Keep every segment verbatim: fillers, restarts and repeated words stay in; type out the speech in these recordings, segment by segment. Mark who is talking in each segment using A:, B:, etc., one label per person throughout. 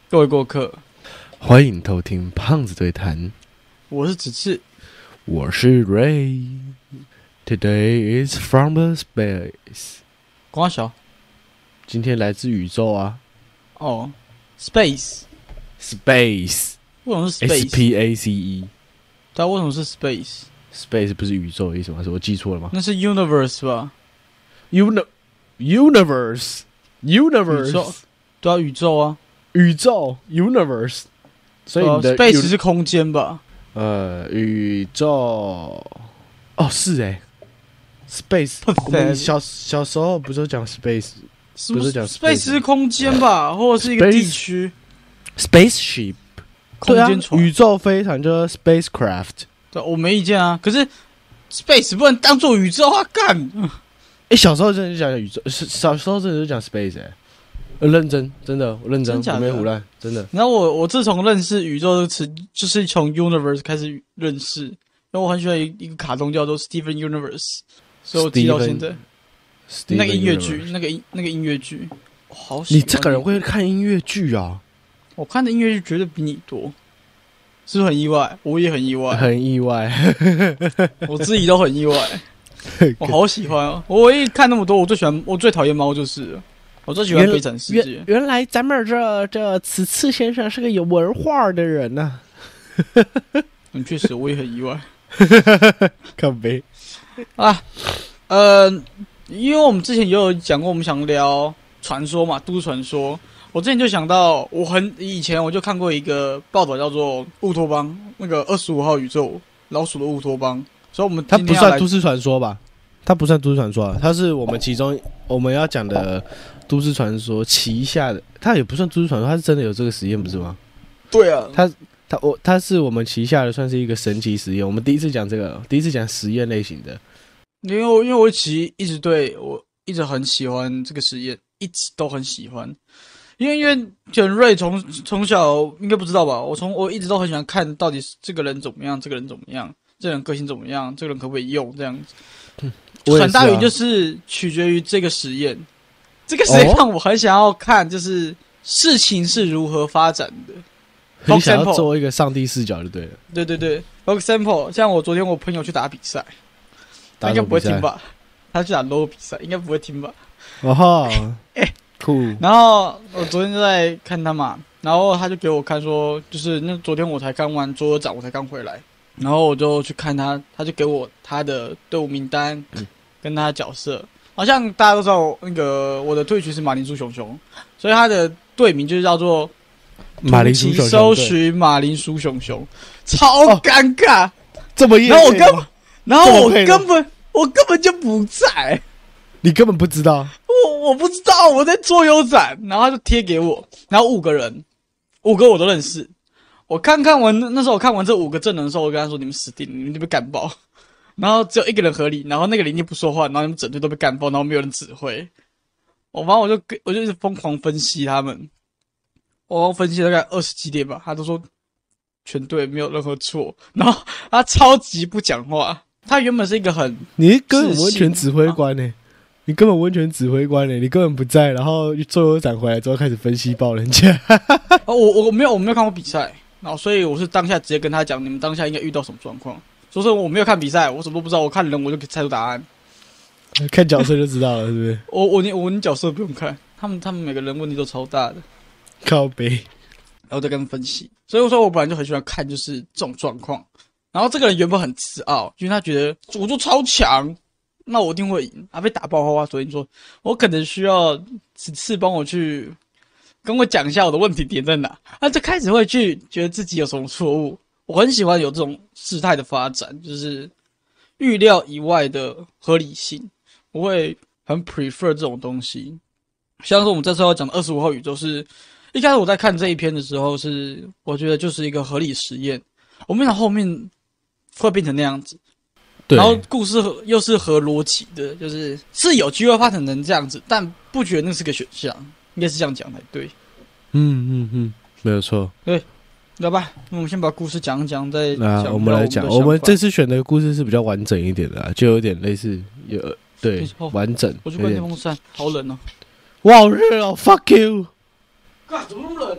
A: 各位过客，
B: 欢迎偷听胖子对谈。
A: 我是子次，
B: 我是 Ray。Today is from the space。
A: 光小
B: 今天来自宇宙啊。
A: 哦 ，space
B: Space。
A: 为什么是 space？
B: S P A C E。
A: 对啊，为什么是 space？
B: Space 不是宇宙的意思吗？是我记错了吗？
A: 那是 universe 吧
B: Uni Universe
A: 宇宙
B: Universe
A: 对啊，宇宙啊，
B: 宇宙 Universe。所以你的、
A: 啊、space 是空间吧？
B: 呃，宇宙哦，是哎、欸、，space。我们小小时候不是讲 space， 不是讲
A: space 是空间吧，或者是一个地区
B: spaceship。
A: 空间船、
B: 啊、宇宙飞船就是 spacecraft。
A: 对，我没意见啊。可是 space 不能当做宇宙啊，干！哎、
B: 欸，小时候真的就讲宇宙，小时候真的就讲 space 哎、欸。呃，认真，真的，我认真，
A: 真
B: 我没胡乱，真的。
A: 然后我我自从认识宇宙这个词，就是从 universe 开始认识，因为我很喜欢一个卡通叫做 Steven Universe， 所以我记到现在。那个音乐剧，那个音那个音乐剧，我好喜欢。
B: 你这个人会看音乐剧啊？
A: 我看的音乐剧绝对比你多，是不是很意外？我也很意外，
B: 很意外，
A: 我自己都很意外。我好喜欢哦！我一看那么多，我最喜欢，我最讨厌猫就是了。我最喜欢《悲惨世界》。
B: 原原来咱们这这此次先生是个有文化的人呐、
A: 啊。嗯，确实，我也很意外。
B: 看呗
A: 啊，呃，因为我们之前也有讲过，我们想聊传说嘛，都市传说。我之前就想到，我很以前我就看过一个报道，叫做《乌托邦》，那个二十五号宇宙老鼠的乌托邦。所以我们
B: 它不算都市传说吧？它不算都市传说啊，它是我们其中我们要讲的都市传说旗下的，它也不算都市传说，它是真的有这个实验，不是吗？
A: 对啊，
B: 它它我它是我们旗下的，算是一个神奇实验。我们第一次讲这个，第一次讲实验类型的。
A: 因为我因为我其实一直对我一直很喜欢这个实验，一直都很喜欢。因为因为简瑞从从小应该不知道吧？我从我一直都很喜欢看到底这个人怎么样，这个人怎么样，这个人个性怎么样，这个人可不可以用这样子。
B: 嗯
A: 啊、很大原因就是取决于这个实验，这个实验让我很想要看，就是事情是如何发展的。
B: 你想要做一个上帝视角就对了。
A: 对对对 ，for example， 像我昨天我朋友去打比赛，他应该不会听吧？他去打 L O 比赛，应该不会听吧？
B: 哦哈，
A: 哎，
B: 酷。
A: 然后我昨天就在看他嘛，然后他就给我看说，就是那昨天我才刚完桌游展，我才刚回来。然后我就去看他，他就给我他的队伍名单，嗯、跟他的角色。好像大家都知道，那个我的队曲是马铃薯熊熊，所以他的队名就叫做
B: 马铃薯熊熊。
A: 搜寻马铃薯熊熊，超尴尬。哦、
B: 这么
A: 然后我根本，然后我根本，我根本就不在，
B: 你根本不知道。
A: 我我不知道我在桌游展，然后他就贴给我，然后五个人，五个我都认识。我看看完那时候我看完这五个阵容的时候，我跟他说：“你们死定了，你们就被干爆。”然后只有一个人合理，然后那个邻居不说话，然后你们整队都被干爆，然后没有人指挥。我反正我就我就一直疯狂分析他们，我分析大概二十几点吧，他都说全队没有任何错，然后他超级不讲话。他原本是一个很
B: 你根本温泉指挥官呢、欸，你根本温泉指挥官呢、欸，你根本不在，然后桌游展回来之后开始分析爆人家。
A: 哦，我我没有我没有看过比赛。然后，所以我是当下直接跟他讲，你们当下应该遇到什么状况。所以说我没有看比赛，我什么都不知道。我看人我就可以猜出答案，
B: 看角色就知道了，是不是？
A: 我我连我连角色不用看，他们他们每个人问题都超大的。
B: 靠北，
A: 然后再跟他们分析。所以我说我本来就很喜欢看就是这种状况。然后这个人原本很自傲，因为他觉得我就超强，那我一定会赢。他被打爆后，他昨天说，我可能需要此次帮我去。跟我讲一下我的问题点在哪，他就开始会去觉得自己有什么错误。我很喜欢有这种事态的发展，就是预料以外的合理性，我会很 prefer 这种东西。像是我们这次要讲的二十五号宇宙是，一开始我在看这一篇的时候是，我觉得就是一个合理实验。我没想到后面会变成那样子，然后故事又是合逻辑的，就是是有机会发展成这样子，但不觉得那是个选项。应该是这样讲才对。
B: 嗯嗯嗯，没有错。
A: 对，来吧，那我们先把故事讲一讲，再讲、
B: 啊。我们来讲，我们这次选的故事是比较完整一点的啦，就有点类似有对完整。
A: 我去关电风扇，好冷哦、
B: 喔！哇，好热哦 ！Fuck you！
A: 干怎么那么冷？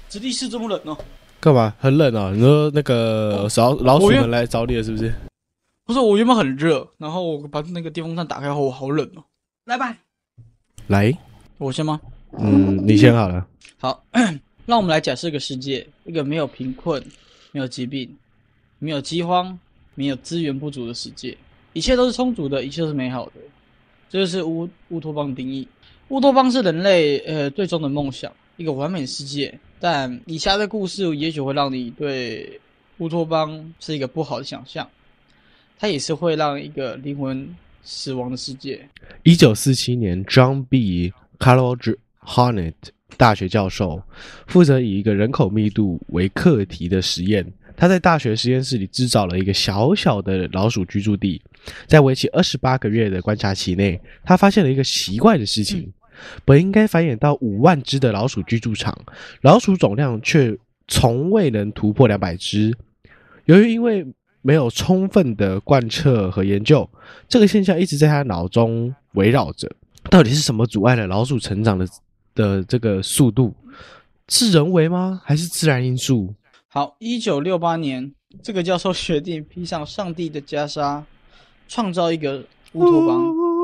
A: 直隶市这么冷哦？
B: 干嘛？很冷哦？你说那个老老鼠们来找你了是不是？
A: 不是，我原本很热，然后我把那个电风扇打开后，我好冷哦。来吧，
B: 来，
A: 我先吗？
B: 嗯，你先好了。
A: 好，让我们来假设一个世界，一个没有贫困、没有疾病、没有饥荒、没有资源不足的世界，一切都是充足的，一切都是美好的。这就是乌乌托邦的定义。乌托邦是人类呃最终的梦想，一个完美的世界。但以下的故事也许会让你对乌托邦是一个不好的想象，它也是会让一个灵魂死亡的世界。
B: 一九四七年 ，John B. College Harnett 大学教授负责以一个人口密度为课题的实验。他在大学实验室里制造了一个小小的老鼠居住地，在为期二十八个月的观察期内，他发现了一个奇怪的事情。嗯，本应该繁衍到五万只的老鼠居住场，老鼠总量却从未能突破两百只。由于因为没有充分的贯彻和研究，这个现象一直在他脑中围绕着。到底是什么阻碍了老鼠成长的的这个速度？是人为吗？还是自然因素？
A: 好，一九六八年，这个教授决定披上上帝的袈裟，创造一个乌托邦。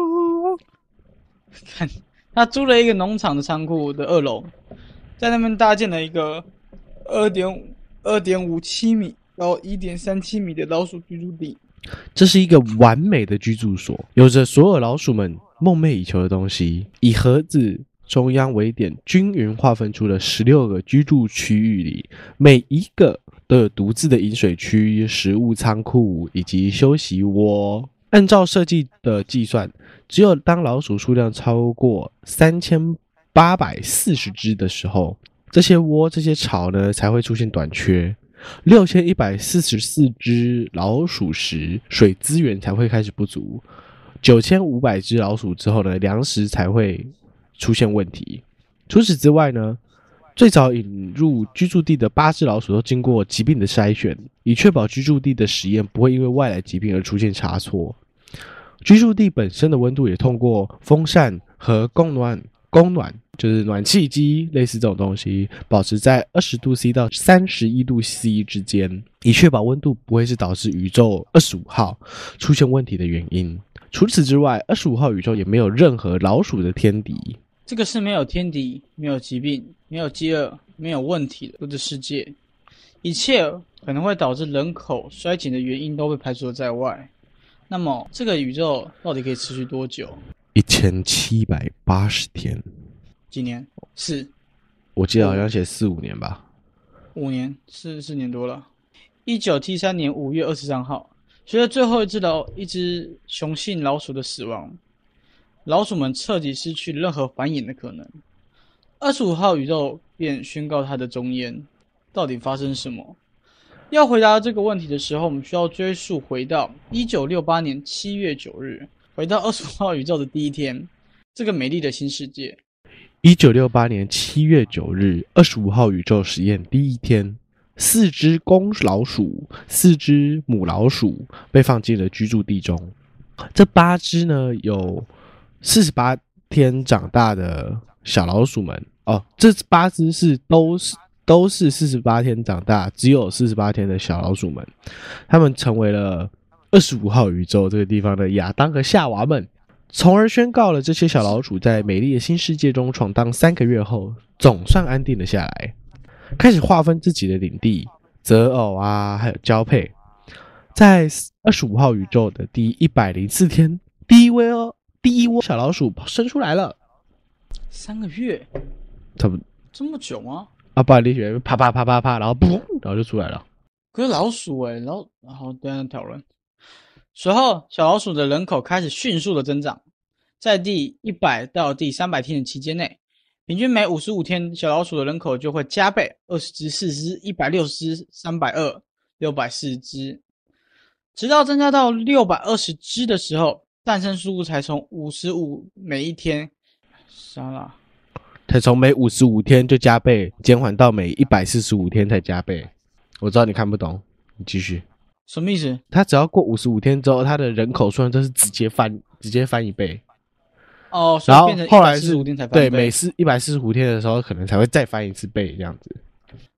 A: 看。他租了一个农场的仓库的二楼，在那边搭建了一个 二点五七米到 一点三七米的老鼠居住地。
B: 这是一个完美的居住所，有着所有老鼠们梦寐以求的东西。以盒子中央为点，均匀划分出了十六个居住区域里，每一个都有独自的饮水区、食物仓库以及休息窝。按照设计的计算，只有当老鼠数量超过三千八百四十只的时候，这些窝、这些巢呢才会出现短缺。六千一百四十四只老鼠时，水资源才会开始不足。九千五百只老鼠之后呢，粮食才会出现问题。除此之外呢，最早引入居住地的八只老鼠都经过疾病的筛选，以确保居住地的实验不会因为外来疾病而出现差错。居住地本身的温度也通过风扇和供暖供暖就是暖气机类似这种东西，保持在二十度 C 到三十一度 C 之间，以确保温度不会是导致宇宙二十五号出现问题的原因。除此之外，二十五号宇宙也没有任何老鼠的天敌。
A: 这个是没有天敌、没有疾病、没有饥饿、没有问题的世界，一切可能会导致人口衰减的原因都被排除在外。那么，这个宇宙到底可以持续多久？
B: 一千七百八十天。
A: 几年？四？
B: 我记得好像写四五年吧。
A: 五年，四四年多了。一九七三年五月二十三号，随着最后一只老一只雄性老鼠的死亡，老鼠们彻底失去任何繁衍的可能。二十五号宇宙便宣告它的终焉。到底发生什么？要回答这个问题的时候，我们需要追溯回到一九六八年七月九日，回到二十五号宇宙的第一天，这个美丽的新世界。
B: 一九六八年七月九日，二十五号宇宙实验第一天，四只公老鼠、四只母老鼠被放进了居住地中。这八只呢，有四十八天长大的小老鼠们。哦，这八只是都是。都是四十八天长大，只有四十八天的小老鼠们，他们成为了二十五号宇宙这个地方的亚当和夏娃们，从而宣告了这些小老鼠在美丽的新世界中闯荡三个月后，总算安定了下来，开始划分自己的领地、择偶啊，还有交配。在二十五号宇宙的第一百零四天，第一窝哦，第一窝小老鼠生出来了。
A: 三个月？
B: 差不多
A: 这么久吗？
B: 啊，不然力学啪啪啪啪啪，然后嘣，然后就出来了。
A: 可是老鼠哎、欸，然后然后等一下讨论。随后，小老鼠的人口开始迅速的增长，在第一百到第三百天的期间内，平均每五十五天，小老鼠的人口就会加倍，二十只、四十只、一百六十只、三百二十、六百四十只，直到增加到六百二十只的时候，诞生速度才从五十五每一天，杀了。
B: 才从每五十五天就加倍减缓到每一百四十五天才加倍。我知道你看不懂，你继续。
A: 什么意思？
B: 它只要过五十五天之后，它的人口数量就是直接翻，直接翻一倍。
A: 哦，
B: 然后后来是
A: 一百四十五天才翻
B: 对，
A: 倍。
B: 每一百四十五天的时候，可能才会再翻一次倍这样子。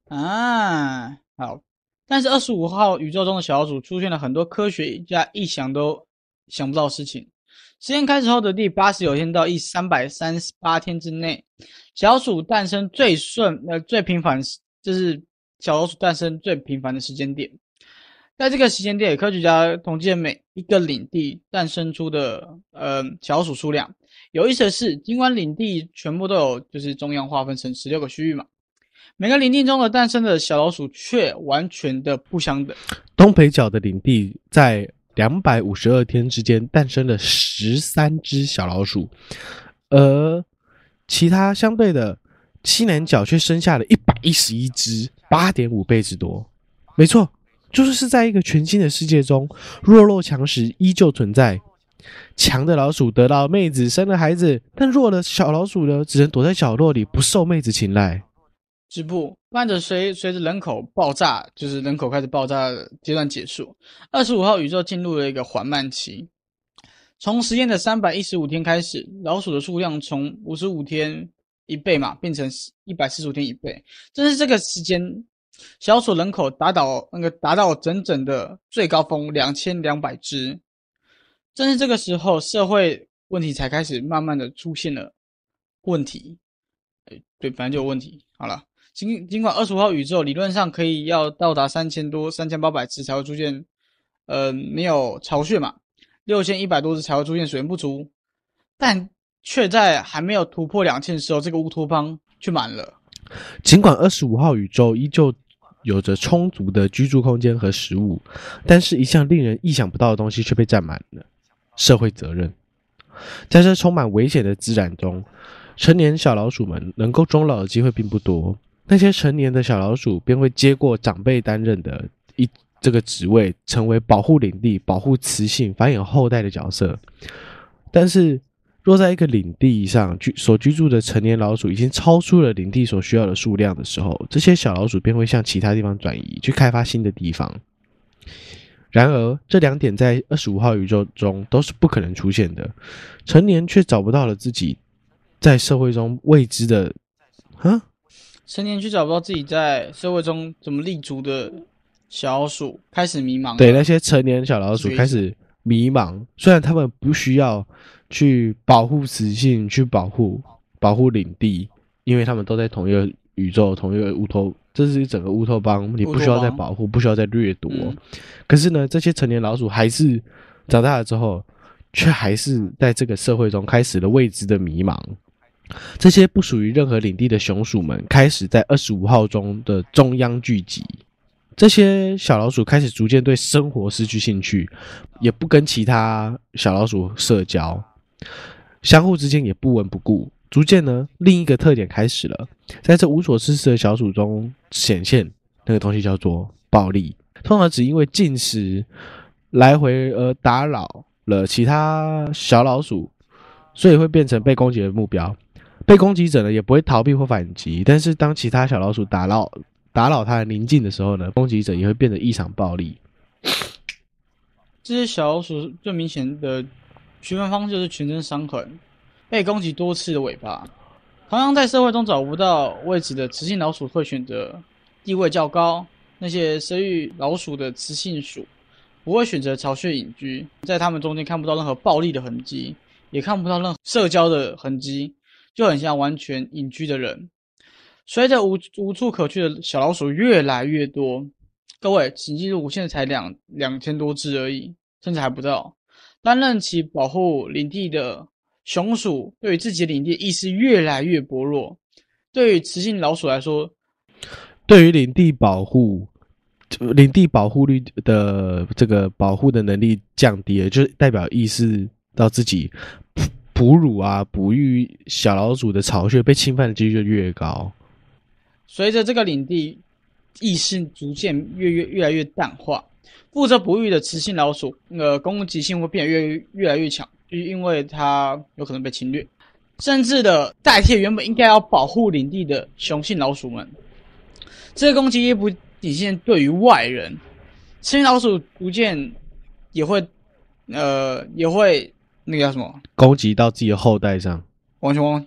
A: 啊，好。但是二十五号宇宙中的小老鼠出现了很多科学家一想都想不到的事情。实验开始后的第八十九天到第三百三十八天之内，小老鼠诞生最顺呃最频繁，就是小老鼠诞生最频繁的时间点。在这个时间点，科学家统计了每一个领地诞生出的呃小老鼠数量。有意思的是，尽管领地全部都有就是中央划分成十六个区域嘛，每个领地中的诞生的小老鼠却完全的不相等。
B: 东北角的领地在两百五十二天之间诞生了十三只小老鼠，而其他相对的西南角却生下了一百一十一只， 八点五倍之多。没错，就是是在一个全新的世界中，弱肉强食依旧存在。强的老鼠得到妹子生了孩子，但弱的小老鼠呢，只能躲在角落里不受妹子青睐。
A: 织布伴着随随着人口爆炸，就是人口开始爆炸的阶段结束，二十五号宇宙进入了一个缓慢期。从实验的三百一十五天开始，老鼠的数量从五十五天一倍嘛，变成一百四十五天一倍。正是这个时间，小老鼠人口达到那个达到整整的最高峰两千两百只。正是这个时候，社会问题才开始慢慢的出现了问题。对，反正就有问题。好了。尽尽管二十五号宇宙理论上可以要到达三千多、三千八百只才会出现，呃，没有巢穴嘛，六千一百多只才会出现水源不足，但却在还没有突破两千的时候，这个乌托邦却满了。
B: 尽管二十五号宇宙依旧有着充足的居住空间和食物，但是一项令人意想不到的东西却被占满了——社会责任。在这充满危险的自然中，成年小老鼠们能够终老的机会并不多。那些成年的小老鼠便会接过长辈担任的一这个职位，成为保护领地、保护雌性、繁衍后代的角色。但是，若在一个领地上居所居住的成年老鼠已经超出了领地所需要的数量的时候，这些小老鼠便会向其他地方转移，去开发新的地方。然而，这两点在二十五号宇宙中都是不可能出现的。成年却找不到了自己在社会中未知的，哈？
A: 成年却找不到自己在社会中怎么立足的小老鼠开始迷茫了。
B: 对，那些成年小老鼠开始迷茫，虽然他们不需要去保护雌性，去保护保护领地，因为他们都在同一个宇宙、同一个乌托，这是整个乌托邦，你不需要再保护，不需要再掠夺。嗯、可是呢，这些成年老鼠还是长大了之后，却还是在这个社会中开始了未知的迷茫。这些不属于任何领地的雄鼠们开始在二十五号中的中央聚集。这些小老鼠开始逐渐对生活失去兴趣，也不跟其他小老鼠社交，相互之间也不闻不顾。逐渐呢，另一个特点开始了，在这无所事事的小鼠中显现，那个东西叫做暴力。通常只因为进食来回而打扰了其他小老鼠，所以会变成被攻击的目标。被攻击者呢也不会逃避或反击，但是当其他小老鼠打扰打扰它的宁静的时候呢，攻击者也会变得异常暴力。
A: 这些小老鼠最明显的区分方式就是全身伤痕、被攻击多次的尾巴。同样在社会中找不到位置的雌性老鼠会选择地位较高，那些生育老鼠的雌性鼠不会选择巢穴隐居，在它们中间看不到任何暴力的痕迹，也看不到任何社交的痕迹。就很像完全隐居的人。随着无无处可去的小老鼠越来越多，各位请记住，现在才两两千多只而已，甚至还不到。担任起保护领地的雄鼠，对于自己的领地意识越来越薄弱。对于雌性老鼠来说，
B: 对于领地保护。领地保护率的这个保护的能力降低了，就是代表意识到自己哺乳啊、哺育小老鼠的巢穴被侵犯的几率就越高。
A: 随着这个领地意识逐渐越越越来越淡化，负责哺育的雌性老鼠，呃，攻击性会变得越越来越强，就是因为它有可能被侵略，甚至的代替原本应该要保护领地的雄性老鼠们。这个攻击也不仅限对于外人，雌性老鼠逐渐也会，呃，也会。那个叫什么？
B: 攻击到自己的后代上，
A: 完全忘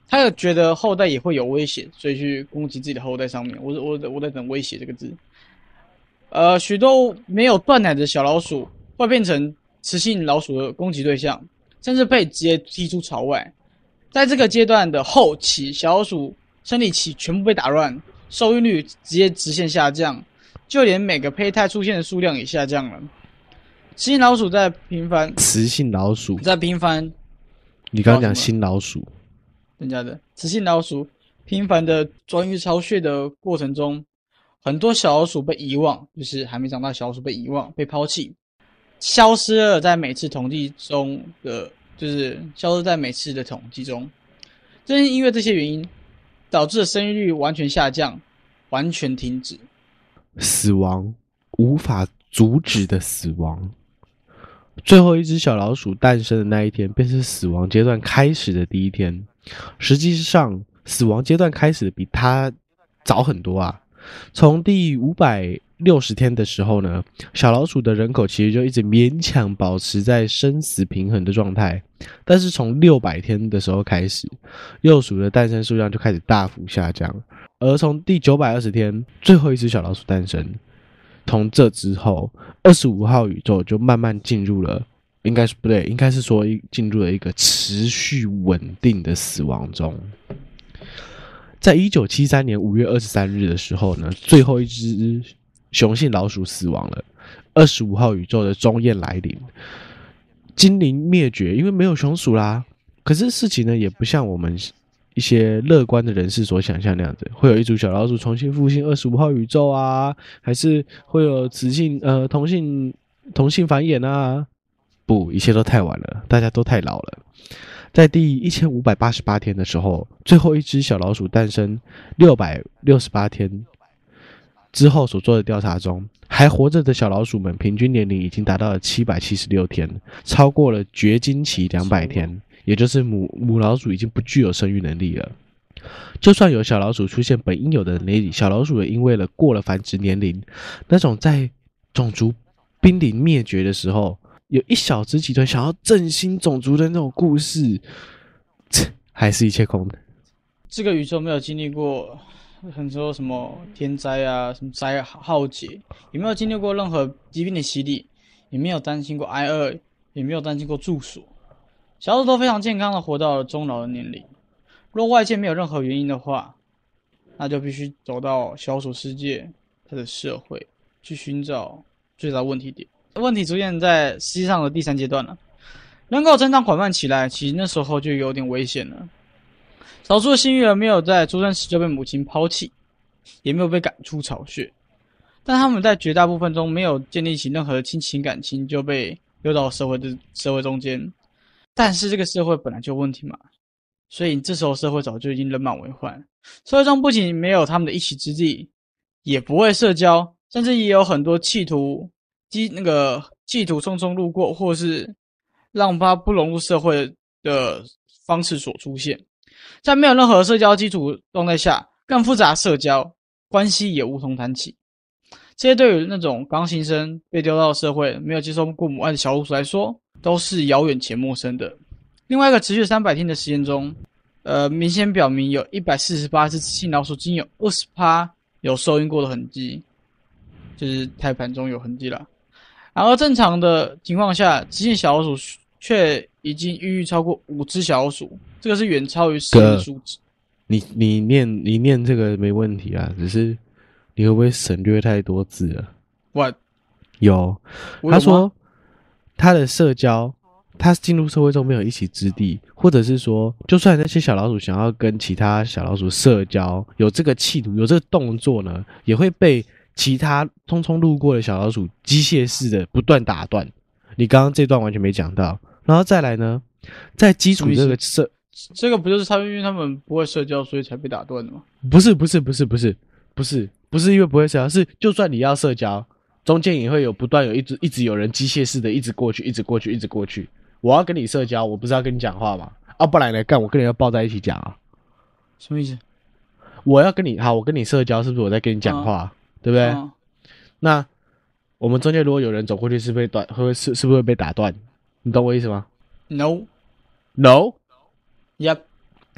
A: 他有觉得后代也会有威胁，所以去攻击自己的后代上面。我我我在等威胁这个字。呃，许多没有断奶的小老鼠会变成雌性老鼠的攻击对象，甚至被直接踢出巢外。在这个阶段的后期，小老鼠生理期全部被打乱，受孕率直接直线下降，就连每个胚胎出现的数量也下降了。雌性老鼠在频繁，
B: 雌性老鼠
A: 在频繁，
B: 你刚刚讲新老鼠，
A: 人家的雌性老鼠频繁的钻于巢穴的过程中，很多小老鼠被遗忘，就是还没长大的小老鼠被遗忘、被抛弃，消失了在每次统计中的，就是消失在每次的统计中。正是因为这些原因，导致了生育率完全下降，完全停止，
B: 死亡，无法阻止的死亡。最后一只小老鼠诞生的那一天，便是死亡阶段开始的第一天。实际上，死亡阶段开始的比它早很多啊。从第五百六十天的时候呢，小老鼠的人口其实就一直勉强保持在生死平衡的状态。但是从六百天的时候开始，幼鼠的诞生数量就开始大幅下降。而从第九百二十天，最后一只小老鼠诞生。从这之后，二十五号宇宙就慢慢进入了，应该是不对，应该是说进入了一个持续稳定的死亡中。在一九七三年五月二十三日的时候呢，最后一只雄性老鼠死亡了，二十五号宇宙的终宴来临，精灵灭绝，因为没有雄鼠啦。可是事情呢，也不像我们一些乐观的人士所想象那样子，会有一组小老鼠重新复兴二十五号宇宙啊，还是会有雌性呃同性同性繁衍啊？不，一切都太晚了，大家都太老了。在第一千五百八十八天的时候，最后一只小老鼠诞生，六百六十八天之后所做的调查中，还活着的小老鼠们平均年龄已经达到了七百七十六天，超过了绝经期两百天。也就是母母老鼠已经不具有生育能力了。就算有小老鼠出现本应有的能力，小老鼠也因为了过了繁殖年龄，那种在种族濒临灭绝的时候，有一小支集团想要振兴种族的那种故事，还是一切空的。
A: 这个宇宙没有经历过很多什么天灾啊、什么灾浩劫，也没有经历过任何疾病的洗礼，也没有担心过挨饿，也没有担心过住所。小老鼠都非常健康的活到了终老的年龄。若外界没有任何原因的话，那就必须走到小老鼠世界它的社会去寻找最大问题点。问题出现在实际上的第三阶段了，人口增长缓慢起来，其实那时候就有点危险了。少数的幸运儿没有在出生时就被母亲抛弃，也没有被赶出巢穴，但他们在绝大部分中没有建立起任何的亲情感情，就被丢到社会的社会中间。但是这个社会本来就有问题嘛，所以这时候社会早就已经人满为患。社会中不仅没有他们的一席之地，也不会社交，甚至也有很多企图机那个企图匆匆路过，或是让他不融入社会的方式所出现。在没有任何社交基础状态下，更复杂的社交关系也无从谈起。这些对于那种刚新生被丢到社会、没有接受过母爱的小老鼠来说，都是遥远且陌生的。另外一个持续三百天的实验中，呃，明显表明有一百四十八只雌性老鼠仅有 百分之二十 有受孕过的痕迹，就是胎盘中有痕迹啦。然而正常的情况下，雌性小老鼠却已经孕育超过五只小老鼠，这个是远超于实验的数值。
B: 你你念你念这个没问题啊，只是你会不会省略太多字了？
A: What？
B: 有，他说他的社交，他进入社会中没有一席之地，或者是说，就算那些小老鼠想要跟其他小老鼠社交，有这个企图，有这个动作呢，也会被其他匆匆路过的小老鼠机械式的不断打断。你刚刚这段完全没讲到，然后再来呢，在基础这个社，
A: 这个不就是他们因为他们不会社交，所以才被打断的吗？
B: 不是不是不是不是不是不是因为不会社交，是就算你要社交，中间也会有不断有一直一直有人机械式的一直过去，一直过去，一直过去。我要跟你社交，我不是要跟你讲话吗？啊，不然来干，我跟你要抱在一起讲啊？
A: 什么意思？
B: 我要跟你好，我跟你社交，是不是我在跟你讲话？嗯、对不对？嗯、那我们中间如果有人走过去，是不是被断？会是是不是会被打断？你懂我意思吗
A: ？No，No，Yep。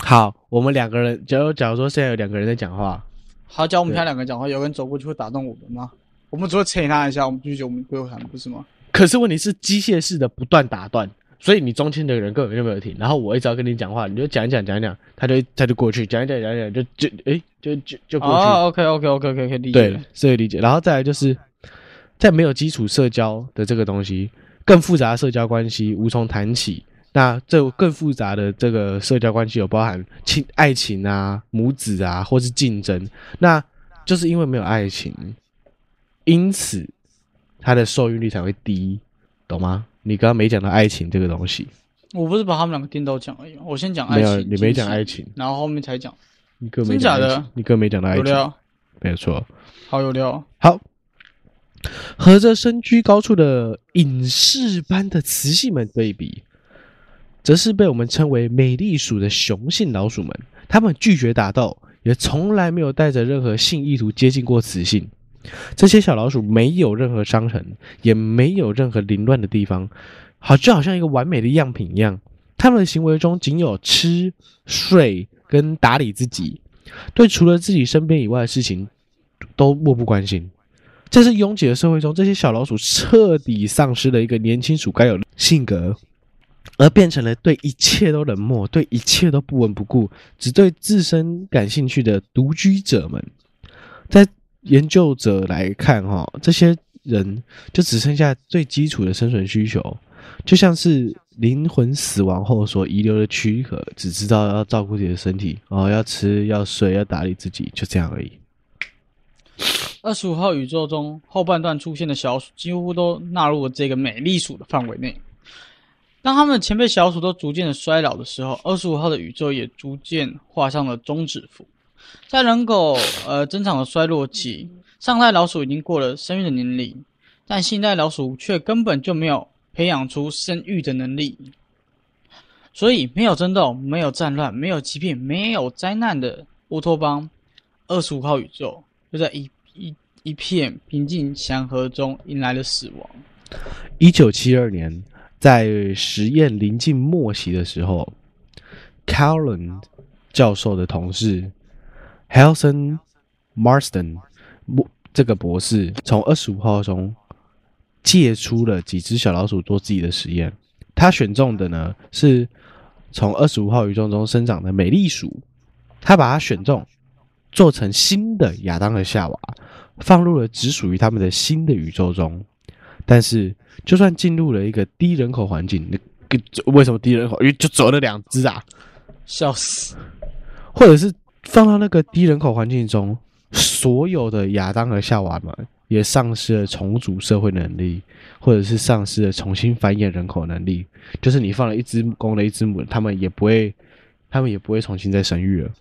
B: 好，我们两个人，假如假如说现在有两个人在讲话，
A: 好，假如我们现在两个讲话，有人走过去会打动我们吗？我们只会捶他一下，我们就觉得我们不会喊，不是吗？
B: 可是问题是机械式的不断打断，所以你中间的人根本就没有停。然后我一直要跟你讲话，你就讲一讲讲一讲，他就他就过去讲一讲讲一讲，就就诶就就就过去。
A: 哦 ，OK OK OK OK OK， 理解。
B: 对，这个理解。然后再来就是在没有基础社交的这个东西，更复杂的社交关系无从谈起。那这更复杂的这个社交关系有包含亲爱情啊、母子啊，或是竞争。那就是因为没有爱情，因此它的受孕率才会低，懂吗？你刚刚没讲到爱情这个东西。
A: 我不是把他们两个颠倒讲而已，我先讲爱情，
B: 没有，你没讲爱情，
A: 然后后面才讲。
B: 你哥没讲爱情，真假的？你哥没讲到爱情，有
A: 料，
B: 没有错。
A: 好有料。
B: 好，和这身居高处的隐士般的雌性们对比，则是被我们称为美丽鼠的雄性老鼠们。它们拒绝打斗，也从来没有带着任何性意图接近过雌性。这些小老鼠没有任何伤痕，也没有任何凌乱的地方，好就好像一个完美的样品一样。它们的行为中仅有吃、睡跟打理自己，对除了自己身边以外的事情都漠不关心。在这拥挤的社会中，这些小老鼠彻底丧失了一个年轻鼠该有的性格，而变成了对一切都冷漠、对一切都不闻不顾、只对自身感兴趣的独居者们。在研究者来看，这些人就只剩下最基础的生存需求，就像是灵魂死亡后所遗留的躯壳，只知道要照顾自己的身体，哦，要吃、要睡、要打理自己，就这样而已。
A: 二十五号宇宙中后半段出现的小鼠几乎都纳入了这个美丽鼠的范围内。当他们的前辈小鼠都逐渐的衰老的时候，二十五号的宇宙也逐渐画上了终止符。在人口呃增长的衰落期，上代老鼠已经过了生育的年龄，但新代老鼠却根本就没有培养出生育的能力。所以没有争斗，没有战乱，没有疾病，没有灾难的乌托邦二十五号宇宙就在一一一片平静祥和中迎来了死亡。
B: 一九七二年，在实验临近末期的时候 ，Callan 教授的同事 Helson Marston 这个博士从二十五号中借出了几只小老鼠做自己的实验。他选中的呢是从二十五号宇宙中生长的美丽鼠，他把它选中，做成新的亚当和夏娃，放入了只属于他们的新的宇宙中。但是，就算进入了一个低人口环境，为什么低人口？因为就走了两只啊，
A: 笑死！
B: 或者是放到那个低人口环境中，所有的亚当和夏娃们也丧失了重组社会能力，或者是丧失了重新繁衍人口能力。就是你放了一只公的一只母的，他们也不会，他们也不会重新再生育了。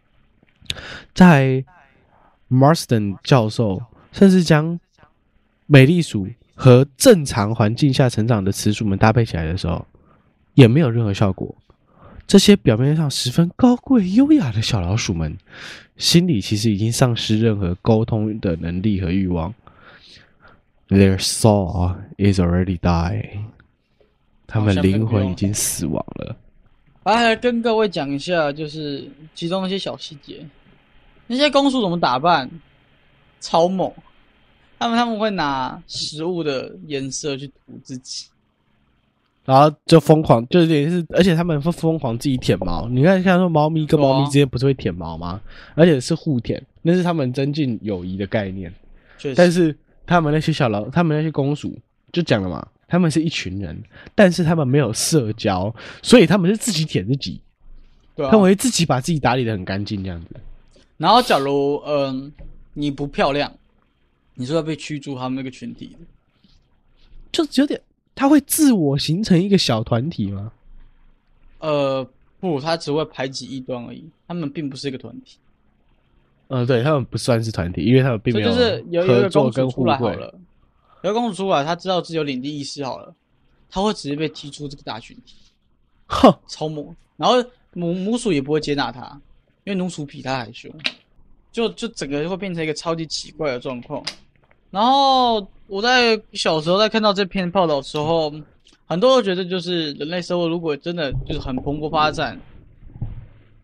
B: 在 Marston 教授甚至将美丽鼠和正常环境下成长的雌鼠们搭配起来的时候，也没有任何效果。这些表面上十分高贵优雅的小老鼠们，心里其实已经丧失任何沟通的能力和欲望。Their soul is already died. 他们灵魂已经死亡了。
A: 来跟各位讲一下，就是其中一些小细节。那些公鼠怎么打扮？超猛！他们他们会拿食物的颜色去涂自己，
B: 然后就疯狂，就是也是，而且他们会疯狂自己舔毛。你看，像说猫咪跟猫咪之间不是会舔毛吗？而且是互舔，那是他们增进友谊的概念。但是他们那些小老，他们那些公鼠就讲了嘛，他们是一群人，但是他们没有社交，所以他们是自己舔自己，对啊，他们会自己把自己打理得很干净这样子。
A: 然后，假如嗯你不漂亮，你是会被驱逐他们那个群体的，
B: 就有点，他会自我形成一个小团体吗？
A: 呃，不，他只会排挤异端而已，他们并不是一个团体。
B: 呃，对，他们不算是团体，因为他们并没有合作跟互惠。
A: 有一个公主出来，他知道自己有领地意识好了，他会直接被踢出这个大群体，
B: 哼，
A: 超猛。然后母母鼠也不会接纳他，因为母鼠比他还凶，就就整个会变成一个超级奇怪的状况。然后我在小时候在看到这篇报道的时候，很多人觉得就是人类社会如果真的就是很蓬勃发展，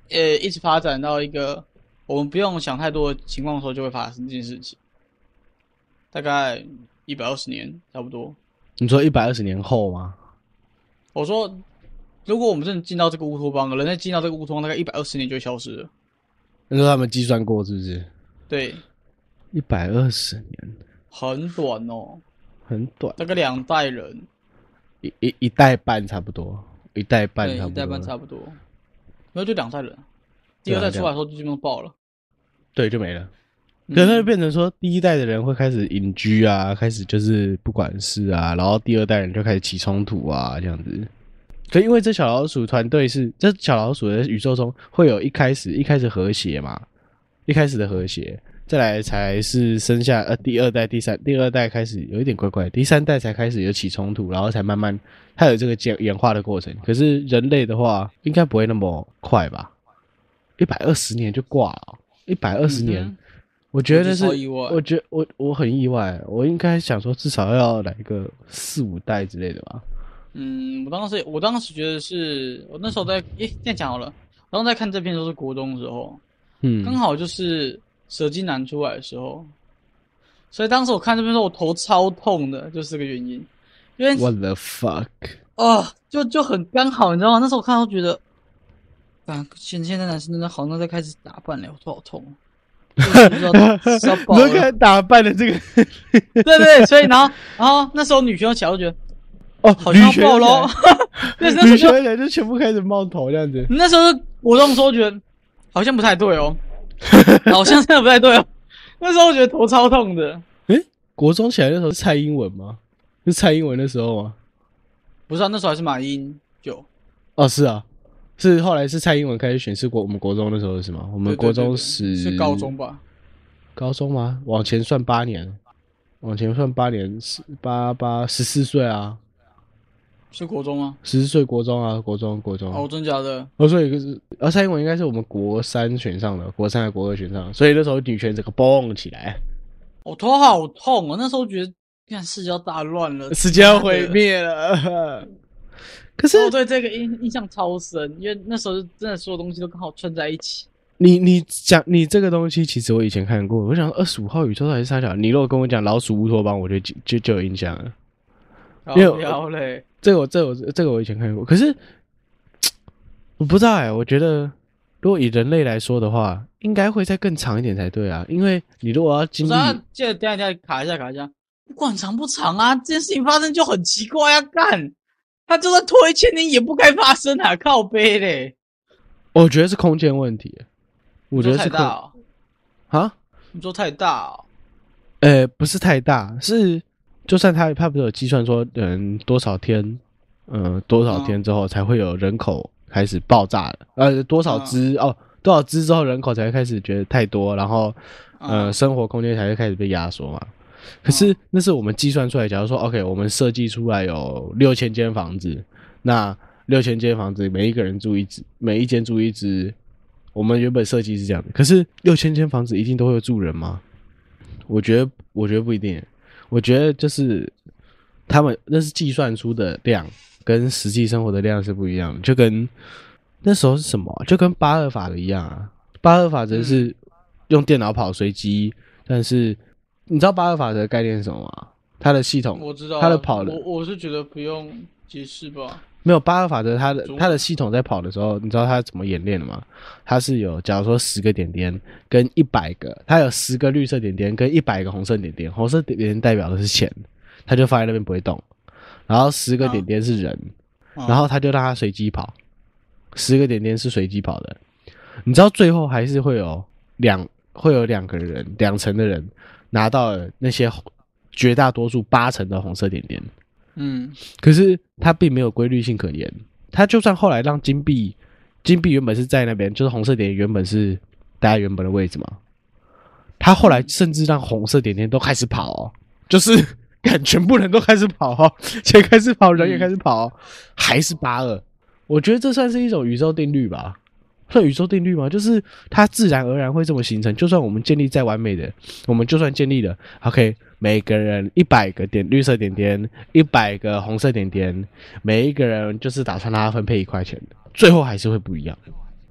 A: 呃一直发展到一个我们不用想太多的情况的时候，就会发生这件事情。大概一百二十年差不多。
B: 你说一百二十年后吗？
A: 我说，如果我们真的进到这个乌托邦了，人类进到这个乌托邦，大概一百二十年就会消失了。
B: 你说他们计算过是不是？
A: 对，
B: 一百二十年，
A: 很短哦，
B: 很短，
A: 大概两代人，
B: 一一一代半差不多，一代半
A: 对，
B: 差不多，
A: 一代半差不多，没有就两代人。第二代出来的时候就基本上爆了，
B: 对，就没了。可是它就变成说，第一代的人会开始隐居啊，开始就是不管事啊，然后第二代人就开始起冲突啊，这样子。可因为这小老鼠团队是这小老鼠的宇宙中会有一开始一开始和谐嘛，一开始的和谐，再来才是生下呃第二代、第三第二代开始有一点怪怪，第三代才开始有起冲突，然后才慢慢它有这个演演化的过程。可是人类的话，应该不会那么快吧？一百二十年就挂了，一百二十年。嗯我觉得是，我觉得我我很意外，我应该想说至少要来个四五代之类的吧。
A: 嗯，我当时我当时觉得是我那时候在诶这样讲好了，我当时在看这篇都是国中的时候，嗯，刚好就是蛇精男出来的时候，所以当时我看这篇时候我头超痛的，就是这个原因，因为
B: What the fuck
A: 哦，就就很刚好，你知道吗？那时候我看到觉得，啊，现现在男生真的好像在开始打扮了，我头好痛。
B: 都开始打扮的这个
A: 对对，所以然后然后那时候女生起来，我觉得
B: 哦，
A: 好像要爆咯。
B: 女生起来就全部开始冒头这样子。
A: 那时候我那时候觉得好像不太对哦，好像真的不太对哦。那时候我觉得头超痛的。
B: 诶，国中起来的时候是蔡英文吗？是蔡英文的时候吗？
A: 不是啊，那时候还是马英九。
B: 哦，是啊。是后来是蔡英文开始选，是国我们国中的时候是吗？我们国中是
A: 是高中吧？
B: 高中吗？往前算八年，往前算八年，十八八十四岁啊？
A: 是国中吗？
B: 十四岁国中啊，国中国中。
A: 哦，真假的？
B: 哦，所以是，而蔡英文应该是我们国三选上的，国三还国二选上的，所以那时候女权整个蹦起来。
A: 我头好痛哦，那时候觉得，看世界要大乱了，
B: 世界要毁灭了。可是
A: 我对这个印印象超深，因为那时候真的所有东西都刚好串在一起。
B: 你你讲你这个东西，其实我以前看过。我想二十五号宇宙到底是啥小？你如果跟我讲老鼠乌托邦，我就就就有印象了。
A: 因为嘞，
B: 这个我这个我这个我以前看过，可是我不知道哎、欸。我觉得如果以人类来说的话，应该会再更长一点才对啊。因为你如果要经历，
A: 记得等一下卡一下卡一下，不管长不长啊，这件事情发生就很奇怪啊，干。他就算拖一千年也不该发生啊！靠背嘞，
B: 我觉得是空间问题。我觉得是
A: 太大哦。
B: 啊？
A: 你说太大哦？
B: 呃，不是太大，是就算他他不是有计算说，嗯，多少天，呃，多少天之后才会有人口开始爆炸了？呃，多少只、嗯、哦，多少只之后人口才会开始觉得太多，然后呃，嗯、生活空间才会开始被压缩嘛？可是那是我们计算出来，假如说 OK， 我们设计出来有六千间房子，那六千间房子每一个人住一只，每一间住一只，我们原本设计是这样的。可是六千间房子一定都会住人吗？我觉得，我觉得不一定。我觉得就是他们那是计算出的量，跟实际生活的量是不一样的。就跟那时候是什么、啊？就跟巴赫法则一样啊。巴赫法则是用电脑跑随机，但是。你知道巴赫法则的概念是什么吗？它的系统，
A: 我知道，
B: 它的跑的，
A: 我我是觉得不用解释吧。
B: 没有巴赫法则，它的它的系统在跑的时候，你知道它怎么演练的吗？它是有，假如说十个点点跟一百个，它有十个绿色点点跟一百个红色点点，红色点点代表的是钱，它就放在那边不会动。然后十个点点是人，啊、然后它就让它随机跑，十个点点是随机跑的。你知道最后还是会有两会有两个人，两层的人。拿到了那些绝大多数八成的红色点点，嗯，可是它并没有规律性可言。它就算后来让金币，金币原本是在那边，就是红色点点原本是待在原本的位置嘛，它后来甚至让红色点点都开始跑哦，就是看全部人都开始跑哦，钱开始跑，人也开始跑哦，还是八二。我觉得这算是一种宇宙定律吧。算宇宙定律吗？就是它自然而然会这么形成。就算我们建立再完美的，我们就算建立了 ，OK， 每个人一百个点绿色点点，一百个红色点点，每一个人就是打算让他分配一块钱的，最后还是会不一样。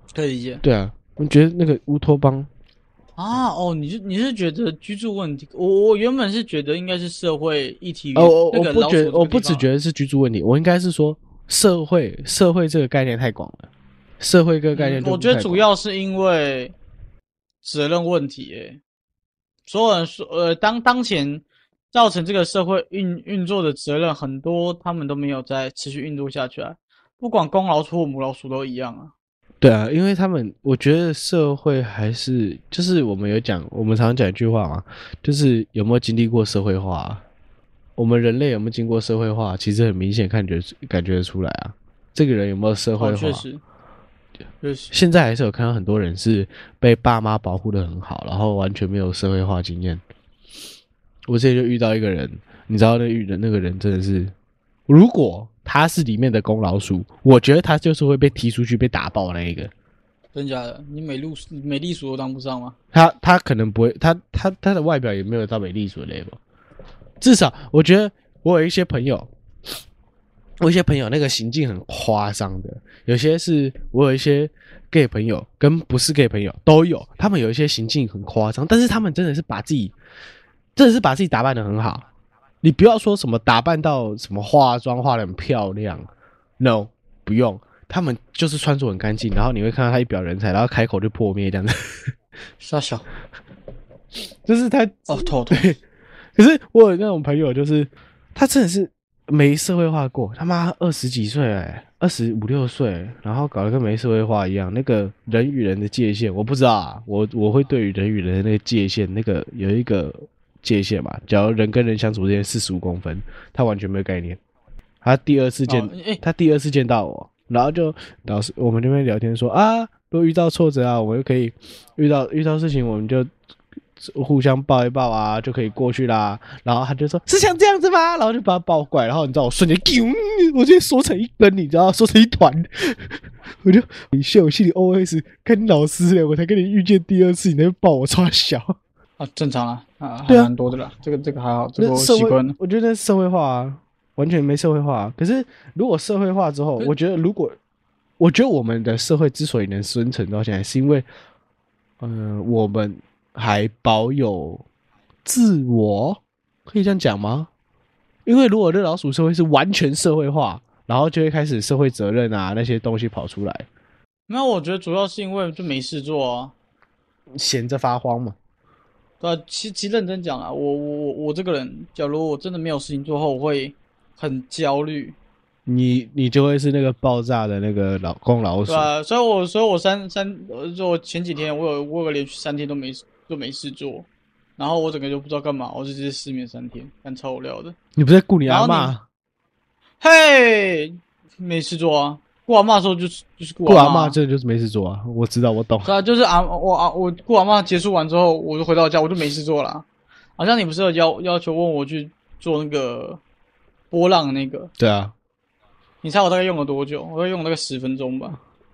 A: 可以理解。
B: 对啊，我觉得那个乌托邦
A: 啊，哦，你是你是觉得居住问题？我我原本是觉得应该是社会议题。
B: 哦，我
A: 那个
B: 我不觉得，我不
A: 只
B: 只觉得是居住问题，我应该是说社会社会这个概念太广了，社会这个概念就、
A: 嗯、我觉得主要是因为责任问题，诶，所有人说，呃，当当前造成这个社会运运作的责任很多，他们都没有再持续运作下去啊，不管公老鼠或母老鼠都一样啊。
B: 对啊，因为他们，我觉得社会还是就是我们有讲，我们常常讲一句话嘛，就是有没有经历过社会化、啊？我们人类有没有经过社会化？其实很明显看觉感觉得出来啊，这个人有没有社会化？
A: 确、哦、实，确实。
B: 现在还是有看到很多人是被爸妈保护得很好，然后完全没有社会化经验。我之前就遇到一个人，你知道那遇的那个人真的是，如果他是里面的公老鼠，我觉得他就是会被踢出去被打爆那一个。
A: 真假的？你美露美丽鼠都当不上吗？
B: 他他可能不会，他他他的外表也没有到美丽鼠的 level。至少我觉得我有一些朋友，我有一些朋友那个行径很夸张的，有些是我有一些 gay 朋友跟不是 gay 朋友都有，他们有一些行径很夸张，但是他们真的是把自己真的是把自己打扮得很好。你不要说什么打扮到什么化妆化得很漂亮 ，no， 不用，他们就是穿着很干净，然后你会看到他一表人才，然后开口就破灭这样子。
A: 傻小，
B: 就是他
A: 哦，头头。
B: 可是我有那种朋友，就是他真的是没社会化过，他妈二十几岁哎，二十五六岁，然后搞得跟没社会化一样。那个人与人的界限，我不知道啊，我我会对于人与人的那个界限，那个有一个界限嘛。假如人跟人相处之间四十五公分，他完全没有概念。他第二次见，哦欸、他第二次见到我，然后就老师我们这边聊天说啊，如果遇到挫折啊，我们就可以遇到遇到事情，我们就互相抱一抱啊，就可以过去啦。然后他就说是像这样子吗？然后就把他抱过来，然后你知道我瞬间，我就缩成一根，你知道，缩成一团。我就你笑，我心里 O S 跟老师嘞，我才跟你遇见第二次，你那抱我超小
A: 啊，正常啊，啊，
B: 对啊，
A: 蛮多的啦。这个这个还好，这个我习惯了。
B: 我觉得社会化啊，完全没社会化。可是如果社会化之后，我觉得如果我觉得我们的社会之所以能生存到现在，是因为，嗯、呃，我们还保有自我，可以这样讲吗？因为如果这老鼠社会是完全社会化，然后就会开始社会责任啊那些东西跑出来。
A: 那我觉得主要是因为就没事做啊，
B: 闲着发慌嘛。
A: 对啊，其其实认真讲啊，我我我我这个人，假如我真的没有事情做后，我会很焦虑。
B: 你你就会是那个爆炸的那个老公老鼠。
A: 对啊，所以我所以我三三呃，就我前几天我有我有个连续三天都没都没事做，然后我整个就不知道干嘛，我就直接失眠三天，干超无聊的。
B: 你不是在顾你阿嬷？
A: 嘿，没事做啊。顾阿嬷的时候就是就是顾
B: 阿嬷，真的就是没事做啊。我知道，我懂。
A: 是啊，就是啊，我啊我顾阿嬷结束完之后，我就回到家，我就没事做了。好像你不是有要要求问我去做那个波浪那个？
B: 对啊。
A: 你猜我大概用了多久？我会用那个十分钟吧。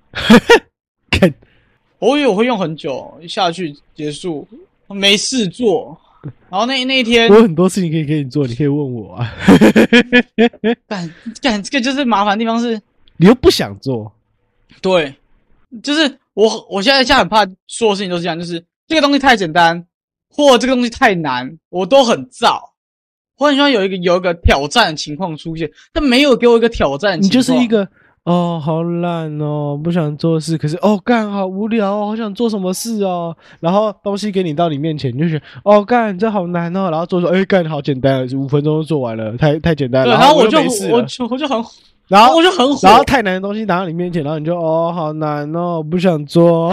A: 我以为我会用很久，一下去结束，没事做。然后那那一天，
B: 我有很多事情可以给你做，你可以问我啊。
A: 干干，这个就是麻烦的地方是，
B: 你又不想做。
A: 对，就是我我现在现在很怕所有事情都是这样，就是这个东西太简单，或这个东西太难，我都很燥。我很希望有一个有一个挑战的情况出现，但没有给我一个挑战的情况。
B: 你就是一个哦，好懒哦，不想做事，可是哦干好无聊哦，好想做什么事哦。然后东西给你到你面前，你就觉得哦干这好难哦，然后做说哎干好简单，五分钟就做完了，太太简单了。
A: 然后我就
B: 没事
A: 我就我就很，
B: 然后
A: 我就很火，
B: 然后太难的东西拿到你面前，然后你就哦好难哦，不想做。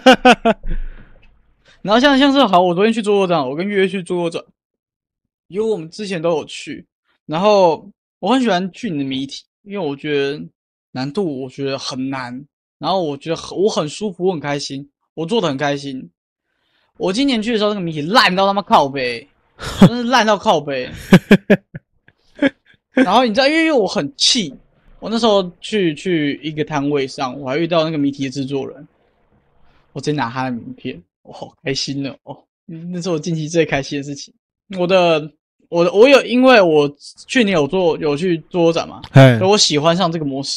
A: 然后像像是好，我昨天去做作展，我跟月月去做作展。因为我们之前都有去，然后我很喜欢去你的谜题，因为我觉得难度我觉得很难，然后我觉得很我很舒服，我很开心，我做的很开心。我今年去的时候，那个谜题烂到他妈靠北，真是烂到靠北。然后你知道，因为我很气，我那时候去去一个摊位上，我还遇到那个谜题的制作人，我直接拿他的名片，我好开心了哦，那是我近期最开心的事情。我的。我我有，因为我去年有做有去做展嘛，所以我喜欢上这个模式，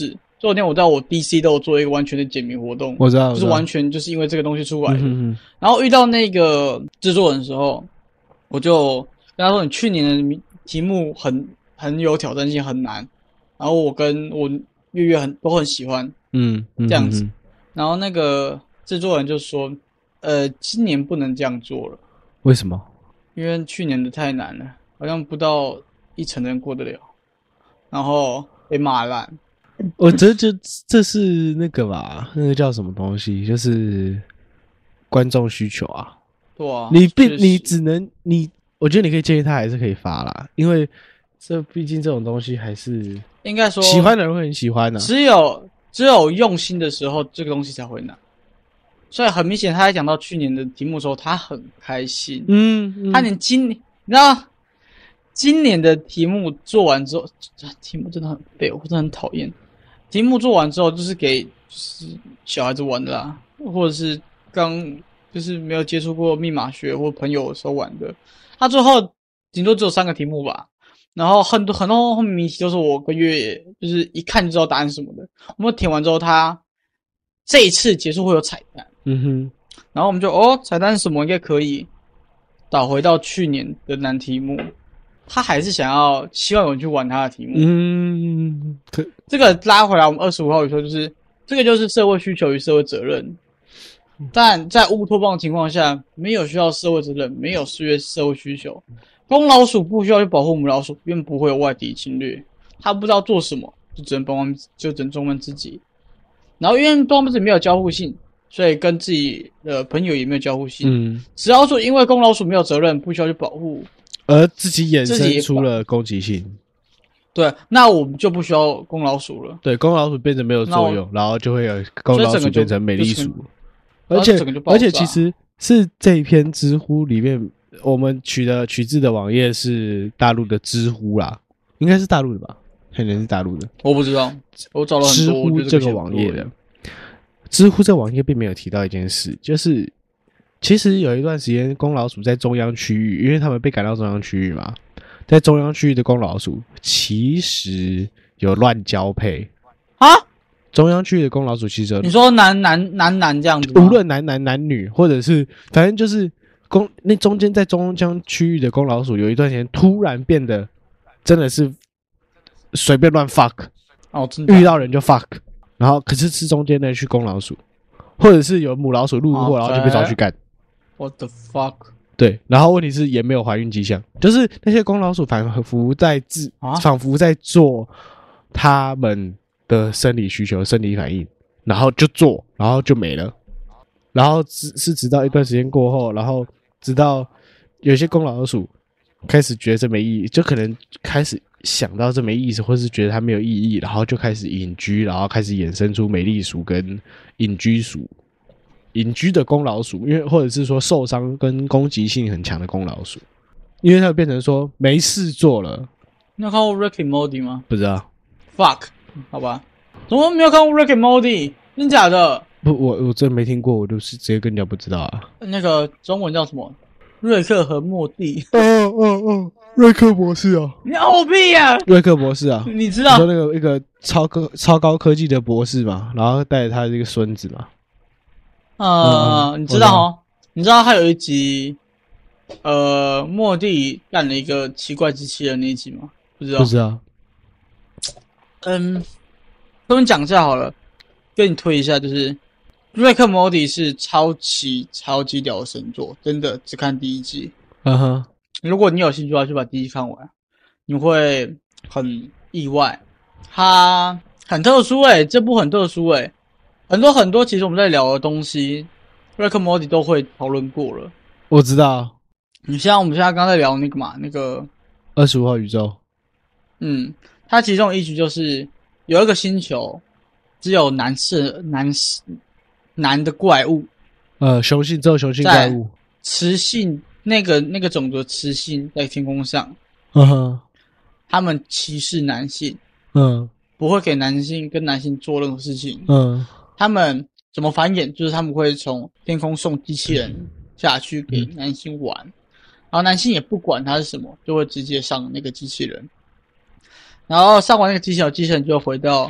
A: 这两天我在我 D C 都有做一个完全的简明活动，
B: 我知道，
A: 就是完全就是因为这个东西出来的。
B: 嗯哼哼
A: 然后遇到那个制作人的时候，我就跟他说：“你去年的题目很很有挑战性，很难。然后我跟我月月很都很喜欢，
B: 嗯，嗯
A: 这样子。
B: 嗯哼
A: 然后那个制作人就说：“呃，今年不能这样做了，
B: 为什么？
A: 因为去年的太难了，好像不到一成人过得了。”然后被骂烂。
B: 我这就这是那个吧，那个叫什么东西，就是观众需求啊。
A: 对啊，
B: 你必
A: 确实
B: 你只能你，我觉得你可以建议他还是可以发啦，因为这毕竟这种东西还是
A: 应该说
B: 喜欢的人会很喜欢的、啊。
A: 只有只有用心的时候，这个东西才会难。所以很明显，他在讲到去年的题目的时候，他很开心。
B: 嗯，嗯
A: 他连今你知道今年的题目做完之后，题目真的很废，我真的很讨厌。题目做完之后，就是给就是小孩子玩的啦，或者是刚就是没有接触过密码学或朋友的时候玩的。他最后顶多只有三个题目吧，然后很多很多后面谜题都是我跟月月就是一看就知道答案是什么的。我们填完之后，他这一次结束会有彩蛋，
B: 嗯哼，
A: 然后我们就哦彩蛋是什么应该可以导回到去年的难题目。他还是想要希望有人去玩他的题目。
B: 嗯，可
A: 这个拉回来，我们二十五号有说就是这个就是社会需求与社会责任。但在乌托邦的情况下，没有需要社会责任，没有社会社会需求。公老鼠不需要去保护母老鼠，因为不会有外敌侵略。他不知道做什么，就只能帮忙，就只能装扮自己。然后因为装扮自己没有交互性，所以跟自己的朋友也没有交互性。
B: 嗯，
A: 只要说因为公老鼠没有责任，不需要去保护。
B: 而自己衍
A: 自己
B: 生出了攻击性，
A: 对，那我们就不需要公老鼠了。
B: 对，公老鼠变成没有作用，然后就会有公老鼠变成美丽鼠，而且而且其实是这一篇知乎里面我们取的取自的网页是大陆的知乎啦，应该是大陆的吧？可能是大陆的，
A: 我不知道，我找了很多
B: 知乎这个网页的。知乎这个网页并没有提到一件事，就是其实有一段时间公老鼠在中央区域，因为他们被赶到中央区域嘛，在中央区域的公老鼠其实有乱交配
A: 啊。
B: 中央区域的公老鼠其实有
A: 你说男男男男这样子，
B: 无论男男男女，或者是反正就是公那中间在中央区域的公老鼠有一段时间突然变得真的是随便乱 fuck，
A: 哦，真的
B: 遇到人就 fuck， 然后可是吃中间的去公老鼠，或者是有母老鼠路过，然后就被抓去干。
A: What the fuck？
B: 对，然后问题是也没有怀孕迹象，就是那些公老鼠仿佛在自、啊、仿佛在做他们的生理需求、生理反应，然后就做，然后就没了。然后是是直到一段时间过后，然后直到有些公老鼠开始觉得这没意义，就可能开始想到这没意思，或是觉得它没有意义，然后就开始隐居，然后开始衍生出美丽鼠跟隐居鼠。隐居的公老鼠，因为或者是说受伤跟攻击性很强的公老鼠，因为它变成说没事做了。
A: 你有看过 Rick and Morty 吗？
B: 不知道。
A: Fuck， 好吧，怎么没有看过 Rick and Morty？ 真假的？
B: 不，我我真没听过，我就是直接跟人家不知道啊。
A: 那个中文叫什么？瑞克和莫蒂。
B: 哦哦哦，瑞克博士啊！
A: 你傲屁啊！
B: 瑞克博士啊！
A: 你知道？
B: 你说那个一个超高超高科技的博士嘛，然后带着他的这个孙子嘛。
A: 呃、嗯，你知道哦？你知道他有一集，呃，莫蒂干了一个奇怪机器人那一集吗？不知道。
B: 不知道。
A: 嗯，跟你讲一下好了，跟你推一下，就是瑞克莫蒂是超级超级屌的神作，真的，只看第一季。
B: 嗯哼，
A: 如果你有兴趣的话，就把第一季看完，你会很意外，它很特殊诶、欸，这部很特殊诶、欸。很多很多，其实我们在聊的东西，Rick and Morty 都会讨论过了。
B: 我知道。
A: 你像我们现在刚才在聊那个嘛，那个
B: 二十五号宇宙。
A: 嗯，它其中的依据就是有一个星球，只有男士男男的怪物，
B: 呃，雄性只有雄性怪物，
A: 雌性那个那个种族的雌性在天空上，
B: 嗯哼，
A: 他们歧视男性，
B: 嗯，
A: 不会给男性跟男性做任何事情，
B: 嗯。
A: 他们怎么繁衍？就是他们会从天空送机器人下去给男性玩，嗯、然后男性也不管它是什么，就会直接上那个机器人。然后上完那个机器人，机器人就回到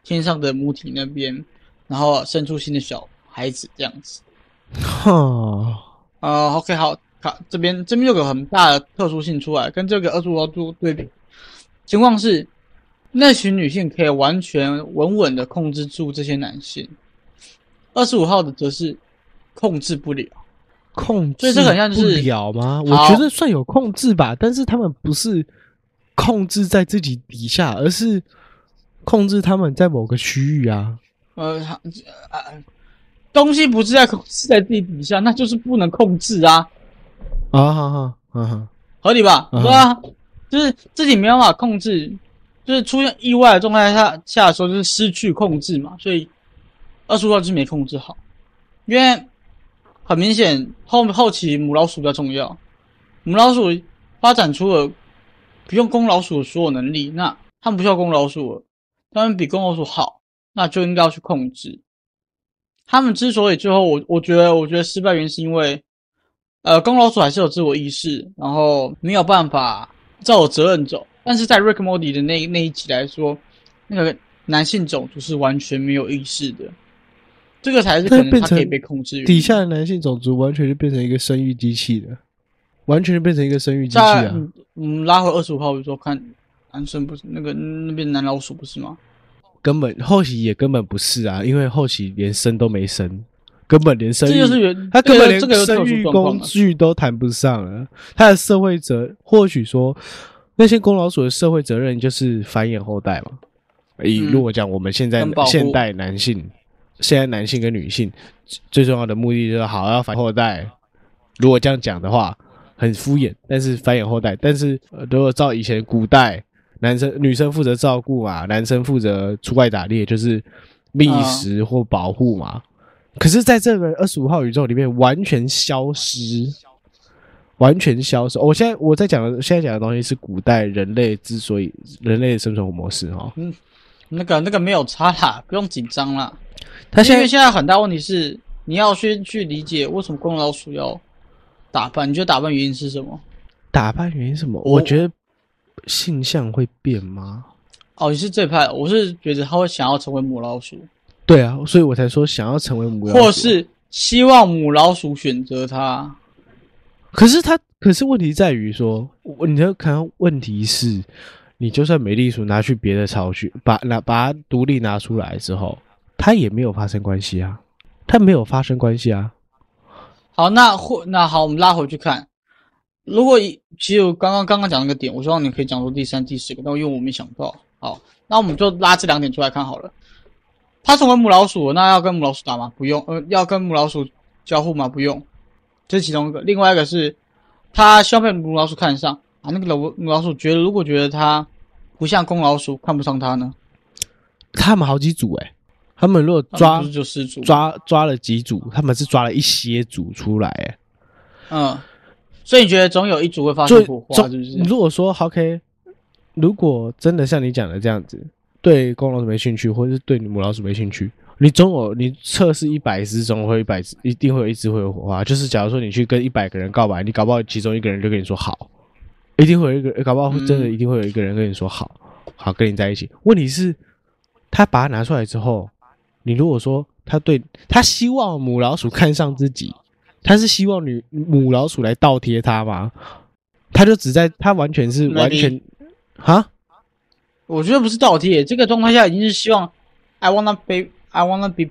A: 天上的母体那边，然后生出新的小孩子这样子。
B: 哈，
A: 呃 ，OK， 好，好，这边这边有个很大的特殊性出来，跟这个二十五号做对比。情况是，那群女性可以完全稳稳的控制住这些男性，二十五号的则是控制不了。
B: 控制
A: 所以这很像就是
B: 不了吗？我觉得算有控制吧，但是他们不是控制在自己底下，而是控制他们在某个区域啊。
A: 呃，呃东西不是在控制在自己底下，那就是不能控制啊。
B: 啊哈哈，啊哈，
A: 合理吧？
B: 啊
A: 对啊，就是自己没办法控制，就是出现意外的状态下下的时候，就是失去控制嘛。所以二十五号就是没控制好，因为很明显后后期母老鼠比较重要，母老鼠发展出了不用公老鼠的所有能力，那他们不需要公老鼠了，他们比公老鼠好，那就应该要去控制。他们之所以最后我我觉得我觉得失败原因是因为，呃，公老鼠还是有自我意识，然后没有办法照着责任走。但是在 Rick and Morty 的那那一集来说，那个男性种族是完全没有意识的，这个才是可能他可以被控制。
B: 底下的男性种族完全就变成一个生育机器了，完全变成一个生育机器啊！
A: 嗯，拉回二十五号，我说看男生不是那个那边男老鼠不是吗？
B: 根本后期也根本不是啊，因为后期连生都没生，根本连生育，
A: 这就是
B: 他根本连
A: 这个
B: 生育工具都谈不上了。他的社会责，或许说那些公老鼠的社会责任就是繁衍后代嘛。以如果讲我们现在、嗯、现代男性，现在男性跟女性最重要的目的就是好要繁衍后代。如果这样讲的话，很敷衍，但是繁衍后代。但是、呃、如果照以前古代。男生、女生负责照顾嘛，男生负责出外打猎，就是觅食或保护嘛。Uh. 可是，在这个二十五号宇宙里面，完全消失，完全消失。我现在我在讲的，现在讲的东西是古代人类之所以人类的生存模式哈。
A: 嗯，那个那个没有差啦，不用紧张啦。
B: 他现在
A: 因为现在很大问题是，你要先去理解为什么公老鼠要打扮。你觉得打扮原因是什么？
B: 打扮原因是什么？我, 我觉得。性向会变吗？
A: 哦，你是这派，我是觉得他会想要成为母老鼠。
B: 对啊，所以我才说想要成为母老鼠，
A: 或是希望母老鼠选择他。
B: 可是他，可是问题在于说，你要看问题是，你就算美丽鼠拿去别的巢去，把拿把它独立拿出来之后，它也没有发生关系啊，它没有发生关系啊。
A: 好，那或那好，我们拉回去看。如果其实我刚刚刚刚讲那个点，我希望你可以讲出第三、第四个，但因为我没想到。好，那我们就拉这两点出来看好了。他成为母老鼠，那要跟母老鼠打吗？不用。呃，要跟母老鼠交互吗？不用。这是其中一个。另外一个是，他希望被母老鼠看上啊。那个母老鼠觉得，如果觉得他不像公老鼠，看不上他呢？
B: 他们好几组诶、欸，他们如果抓
A: 不是就十组
B: 抓抓了几组，他们是抓了一些组出来诶、欸。
A: 嗯。所以你觉得总有一组会发生火花，是不是？
B: 如果说 OK， 如果真的像你讲的这样子，对公老鼠没兴趣，或者是对母老鼠没兴趣，你总有你测试一百只，总会一百只，一定会有一只会有火花。就是假如说你去跟一百个人告白，你搞不好其中一个人就跟你说好，一定会有一个，搞不好真的一定会有一个人跟你说好，嗯、好跟你在一起。问题是，他把它拿出来之后，你如果说他对他希望母老鼠看上自己。他是希望女母老鼠来倒贴他吗？他就只在他完全是完全哈，
A: 我觉得不是倒贴，这个状态下已经是希望 I wanna be I wanna be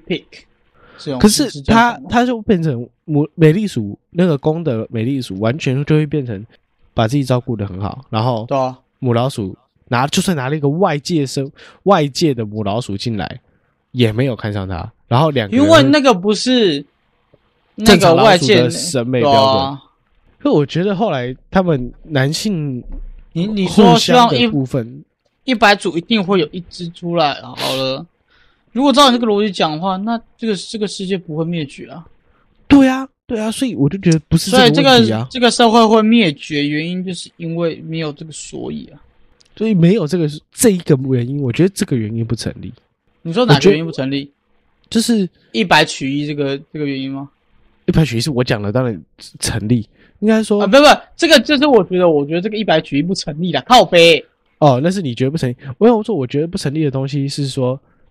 A: pick。
B: 可是他他就变成母美丽鼠那个公的美丽鼠，完全就会变成把自己照顾得很好，然后
A: 对啊，
B: 母老鼠拿就算拿了一个外界生外界的母老鼠进来，也没有看上他，然后两个人
A: 因为那个不是。那个外界
B: 的审美标准，啊、可我觉得后来他们男性，
A: 你你说希望一
B: 部分
A: 一百组一定会有一只出来，好了。如果照你这个逻辑讲的话，那这个这个世界不会灭绝啊。
B: 对啊，对啊，所以我就觉得不是这个问题啊。
A: 所以这个这个社会会灭绝，原因就是因为没有这个所以啊。
B: 所以没有这个这一个原因，我觉得这个原因不成立。
A: 你说哪个原因不成立？
B: 就是
A: 一百取一这个这个原因吗？
B: 一百取一是我讲的，当然成立。应该说
A: 啊，不不，这个就是我觉得，我觉得这个一百取一不成立啦，靠背。
B: 哦，那是你觉得不成立。我有说，我觉得不成立的东西是说，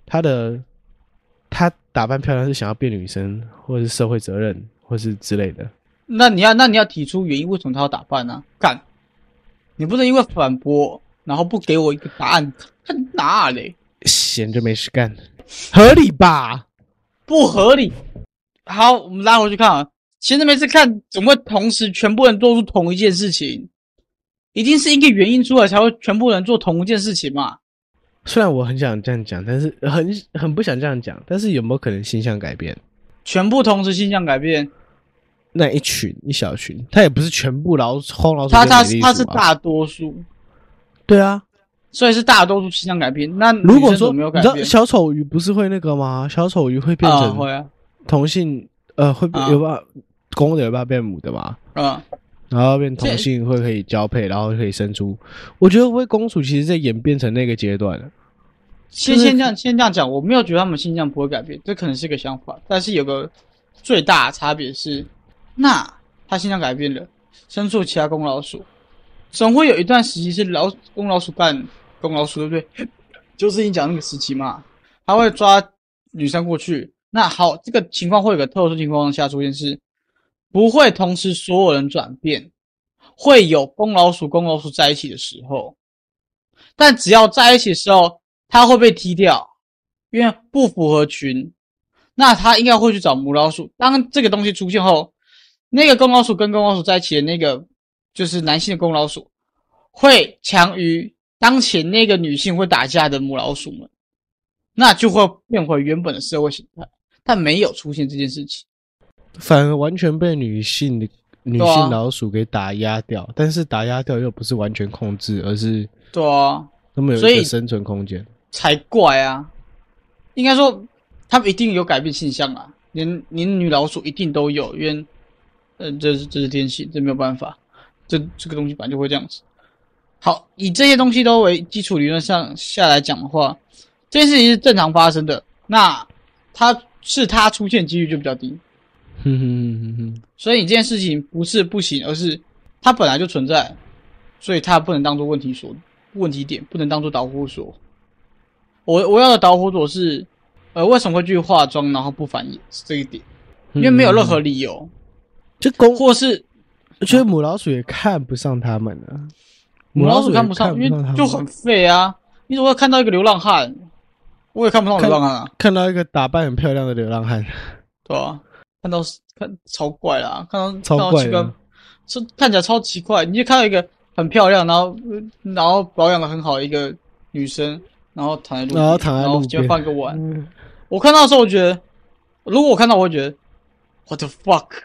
B: 他的他打扮漂亮是想要变女生，或者是社会责任，或是之类的。
A: 那你要那你要提出原因，为什么他要打扮呢、啊？干，你不能因为反驳，然后不给我一个答案，看哪嘞？
B: 闲着没事干，合理吧？
A: 不合理。好，我们拉回去看啊，闲着没事看，怎么会同时全部人做出同一件事情？一定是一个原因出来才会全部人做同一件事情嘛。
B: 虽然我很想这样讲，但是很很不想这样讲，但是有没有可能性向改变？
A: 全部同时性向改变？
B: 那一群一小群，他也不是全部老轰老鼠、
A: 啊，他他他是大多数。
B: 对啊，
A: 所以是大多数性向改变。那
B: 如果说
A: 没有改变，
B: 你知道小丑鱼不是会那个吗？小丑鱼会变成同性，啊啊、呃，会有办法、啊、公的有办法变母的嘛？嗯。然后变同性会可以交配，然后可以生出。我觉得会公主其实在演变成那个阶段了。
A: 先先这样先这样讲，我没有觉得他们性向不会改变，这可能是个想法，但是有个最大的差别是，那他性向改变了，生出其他公老鼠，总会有一段时期是老公老鼠干公老鼠，对不对？就是你讲那个时期嘛，他会抓女生过去。那好，这个情况会有个特殊情况下出现是。不会同时所有人转变，会有公老鼠公老鼠在一起的时候，但只要在一起的时候，它会被踢掉，因为不符合群，那它应该会去找母老鼠。当这个东西出现后，那个公老鼠跟公老鼠在一起的那个就是男性的公老鼠，会强于当前那个女性会打架的母老鼠们，那就会变回原本的社会形态，但没有出现这件事情。
B: 反而完全被女性的女性老鼠给打压掉、啊，但是打压掉又不是完全控制，而是
A: 对啊，
B: 他们有一个生存空间，
A: 才怪啊！应该说他们一定有改变现象啊，连连女老鼠一定都有，因为呃这是这是天性，这没有办法，这这个东西本来就会这样子。好，以这些东西都为基础理论上下来讲的话，这件事情是正常发生的，那它是它出现几率就比较低。
B: 哼哼哼哼，
A: 所以你这件事情不是不行，而是它本来就存在，所以它不能当作问题所问题点，不能当作导火索。我我要的导火索是，呃，为什么会去化妆然后不繁衍是这一点，因为没有任何理由。
B: 就公
A: 或是
B: 我觉得母老鼠也看不上他们了，
A: 母老鼠看不上，因为就很废啊。你怎么会看到一个流浪汉？我也看不上流浪汉啊。
B: 看到一个打扮很漂亮的流浪汉，
A: 对啊。看到看超怪啦，看到
B: 超怪的，
A: 看到是看起来超奇怪。你就看到一个很漂亮，然后然后保养的很好的一个女生，然后躺在路边，
B: 然后躺在路边，
A: 然后放一个碗。嗯、我看到的时候，我觉得，如果我看到，我会觉得 ，what the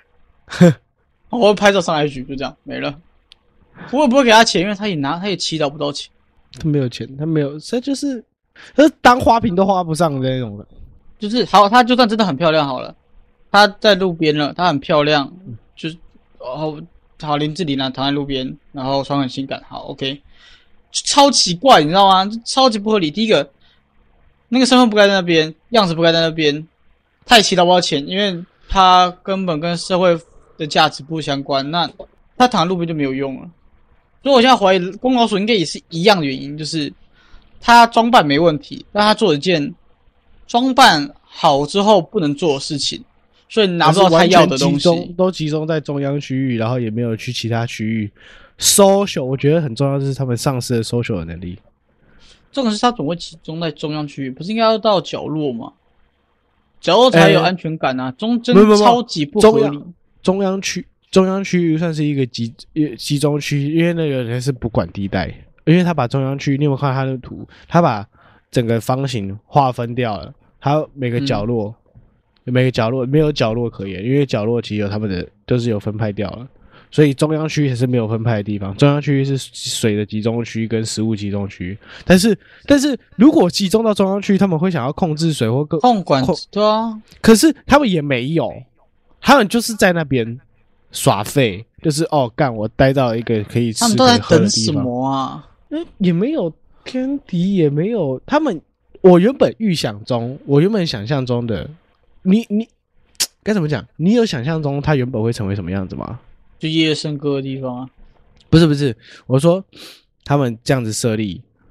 A: fuck， 我会拍照上来一局，就这样没了。我也不会给他钱，因为他也拿，他也祈祷不到钱。
B: 他没有钱，他没有，他就是，他是当花瓶都花不上的那种的。
A: 就是好，他就算真的很漂亮好了。她在路边了，她很漂亮，就是哦，好林志玲啊，躺在路边，然后穿很性感，好 ，OK， 超奇怪，你知道吗？超级不合理。第一个，那个身份不该在那边，样子不该在那边，他也祈祷不到钱，因为他根本跟社会的价值不相关，那他躺在路边就没有用了。所以我现在怀疑公老鼠应该也是一样的原因，就是他装扮没问题，但他做一件装扮好之后不能做的事情。所以拿不到他要的东西，
B: 都集中在中央区域，然后也没有去其他区域。social 我觉得很重要，就是他们丧失了 social 的能力。
A: 重点是他总会集中在中央区域，不是应该要到角落吗？角落才有安全感啊！欸、中真超级不合理。
B: 中央区中央区域算是一个集集中区，因为那个人是不管地带，因为他把中央区，你有没有看他的图？他把整个方形划分掉了，他每个角落。嗯每个角落没有角落可言，因为角落其实有他们的都是有分派掉了，所以中央区也是没有分派的地方。中央区是水的集中区跟食物集中区，但是但是如果集中到中央区，他们会想要控制水或
A: 控管，对啊。
B: 可是他们也没有，他们就是在那边耍废，就是哦干，我待到一个可以吃可以喝的地方。他们都在等什
A: 么啊？
B: 嗯，也没有天敌，也没有他们。我原本预想中，我原本想象中的。你你该怎么讲？你有想象中他原本会成为什么样子吗？
A: 就夜夜笙歌的地方啊？
B: 不是不是，我说他们这样子设立，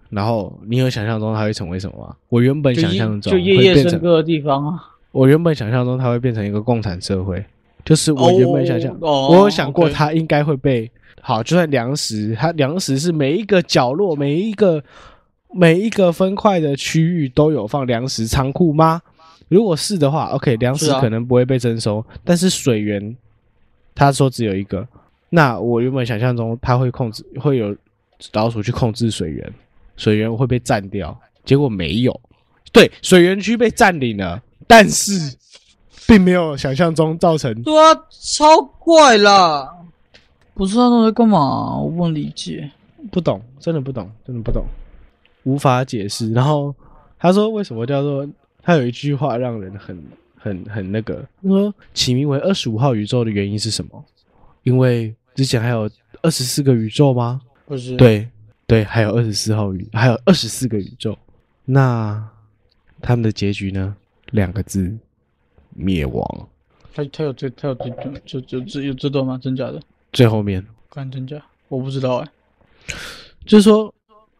B: 然后你有想象中它会成为什么吗？我原本想象中
A: 就夜夜笙歌的地方啊。
B: 我原本想象中它会变成一个共产社会，就是我原本想象，
A: 哦、
B: 我有想过它应该会被、okay. 好，就算粮食，它粮食是每一个角落、每一个每一个分块的区域都有放粮食仓库吗？如果是的话 ，OK， 粮食可能不会被征收，啊、但是水源，他说只有一个。那我原本想象中它会控制，会有老鼠去控制水源，水源会被占掉，结果没有。对，水源区被占领了。但是，并没有想象中造成。
A: 对啊，超怪啦！不知道他在干嘛，我不能理解，
B: 不懂，真的不懂，真的不懂，无法解释。然后他说，为什么叫做？他有一句话让人很很很那个，他说起名为二十五号宇宙的原因是什么？因为之前还有二十四个宇宙吗？
A: 不是，
B: 对对，还有二十四号宇，还有二十四个宇宙。那他们的结局呢？两个字，灭亡。
A: 他他有这他有这就就就有这段吗？真假的？
B: 最后面，
A: 看真假，我不知道哎、欸。
B: 就是说，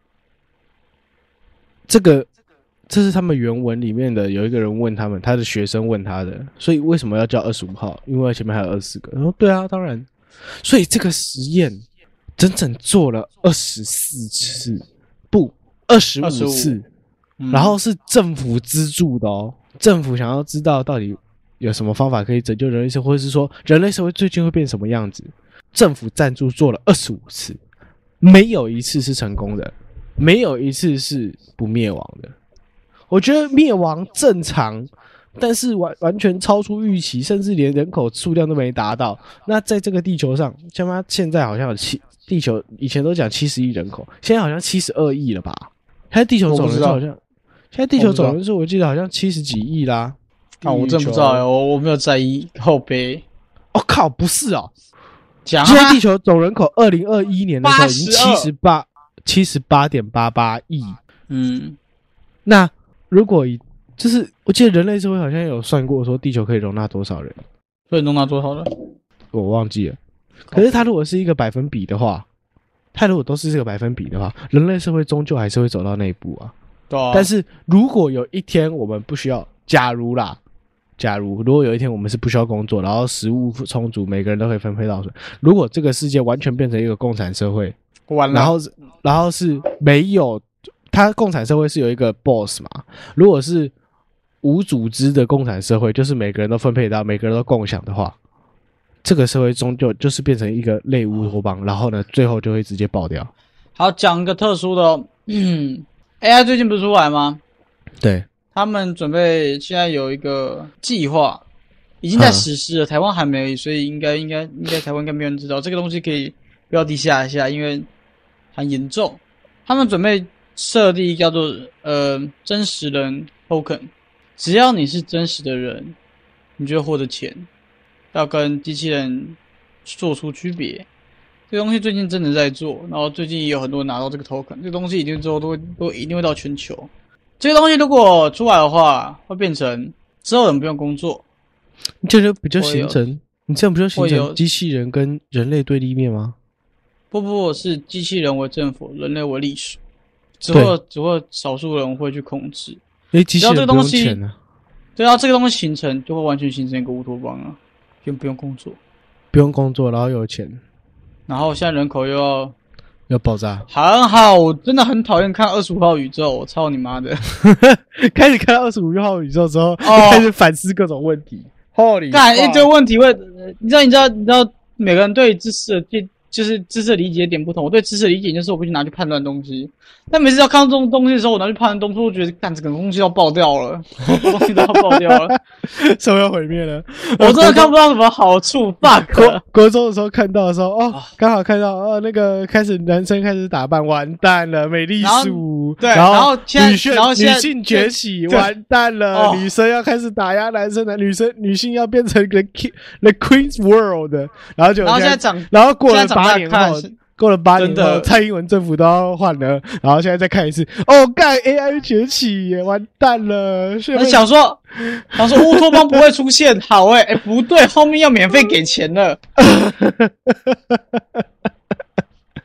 B: 这个这是他们原文里面的，有一个人问他们，他的学生问他的，所以为什么要叫二十五号？因为前面还有二十四个。他说对啊，当然。所以这个实验整整做了二十四次，不，二十五次，嗯、然后是政府资助的哦。政府想要知道到底有什么方法可以拯救人类社会，或者是说人类社会最近会变什么样子，政府赞助做了二十五次，没有一次是成功的，没有一次是不灭亡的。我觉得灭亡正常，但是完完全超出预期，甚至连人口数量都没达到。那在这个地球上，像他现在好像有七，地球以前都讲七十亿人口，现在好像七十二亿了吧？现在地球总人数好像。现在地球总人数我记得好像七十几亿啦。
A: 啊，我真不知道哎，我我没有在意后背。
B: 哦靠，不是哦。
A: 讲啊。
B: 现在地球总人口二零二一年的时候已经七十八七十八点八八亿。
A: 嗯。
B: 那如果以就是我记得人类社会好像有算过说地球可以容纳多少人。
A: 可以容纳多少人？
B: 我忘记了。可是它如果是一个百分比的话，它如果都是这个百分比的话，人类社会终究还是会走到那一步啊。
A: 啊、
B: 但是如果有一天我们不需要，假如啦，假如如果有一天我们是不需要工作，然后食物充足，每个人都可以分配到水，如果这个世界完全变成一个共产社会，
A: 完了，
B: 然后然后是没有，它共产社会是有一个 boss 嘛，如果是无组织的共产社会，就是每个人都分配到，每个人都共享的话，这个社会终究就是变成一个类乌托邦，然后呢，最后就会直接爆掉。
A: 好，讲一个特殊的、哦，嗯。A I 最近不是出来吗？
B: 对，
A: 他们准备现在有一个计划，已经在实施了，台湾还没，所以应该应该应该台湾应该没有人知道这个东西，可以标题下一下，因为很严重。他们准备设立叫做呃真实人 token， 只要你是真实的人，你就会获得钱，要跟机器人做出区别。这个东西最近真的在做，然后最近也有很多人拿到这个 token， 这个东西一定之后都会都一定会到全球。这个东西如果出来的话，会变成之后人不用工作，
B: 你这就比较形成，你这样不就形成机器人跟人类对立面吗？
A: 不不，是机器人为政府，人类为隶属，只会只会少数人会去控制。
B: 因为机器人不用钱啊。
A: 对啊，这个东西形成就会完全形成一个乌托邦啊，不用不用工作，
B: 不用工作，然后有钱。
A: 然后现在人口又要
B: 要爆炸，
A: 很好，我真的很讨厌看二十五号宇宙，我操你妈的！
B: 开始看二十五号宇宙之后，
A: 哦、
B: 开始反思各种问题。Holy，
A: 干一堆问题会，你知道，你知道，你知道，每个人对知识的就是知识的理解点不同。我对知识的理解就是我不去拿去判断东西，但每次要看到这种东西的时候，我拿去判断东西，我觉得干这个东西要爆掉了，东西都要爆掉了，
B: 社会要毁灭了。
A: 我真的看不到什么好处。fuck，
B: 国国中的时候看到的时候，哦，刚好看到哦，那个开始男生开始打扮，完蛋了，美丽鼠，
A: 对，
B: 然
A: 后
B: 女性
A: 然后
B: 女性崛起，完蛋了，女生要开始打压男生，男女生女性要变成 the the Queen's World， 然后就
A: 然后现在长，
B: 然后过了八年后。过了八年后，蔡英文政府都要换了，然后现在再看一次，哦，干 A I 崛起耶，完蛋了！
A: 我想说，想说乌托邦不会出现，好诶、欸，哎、欸、不对，后面要免费给钱了。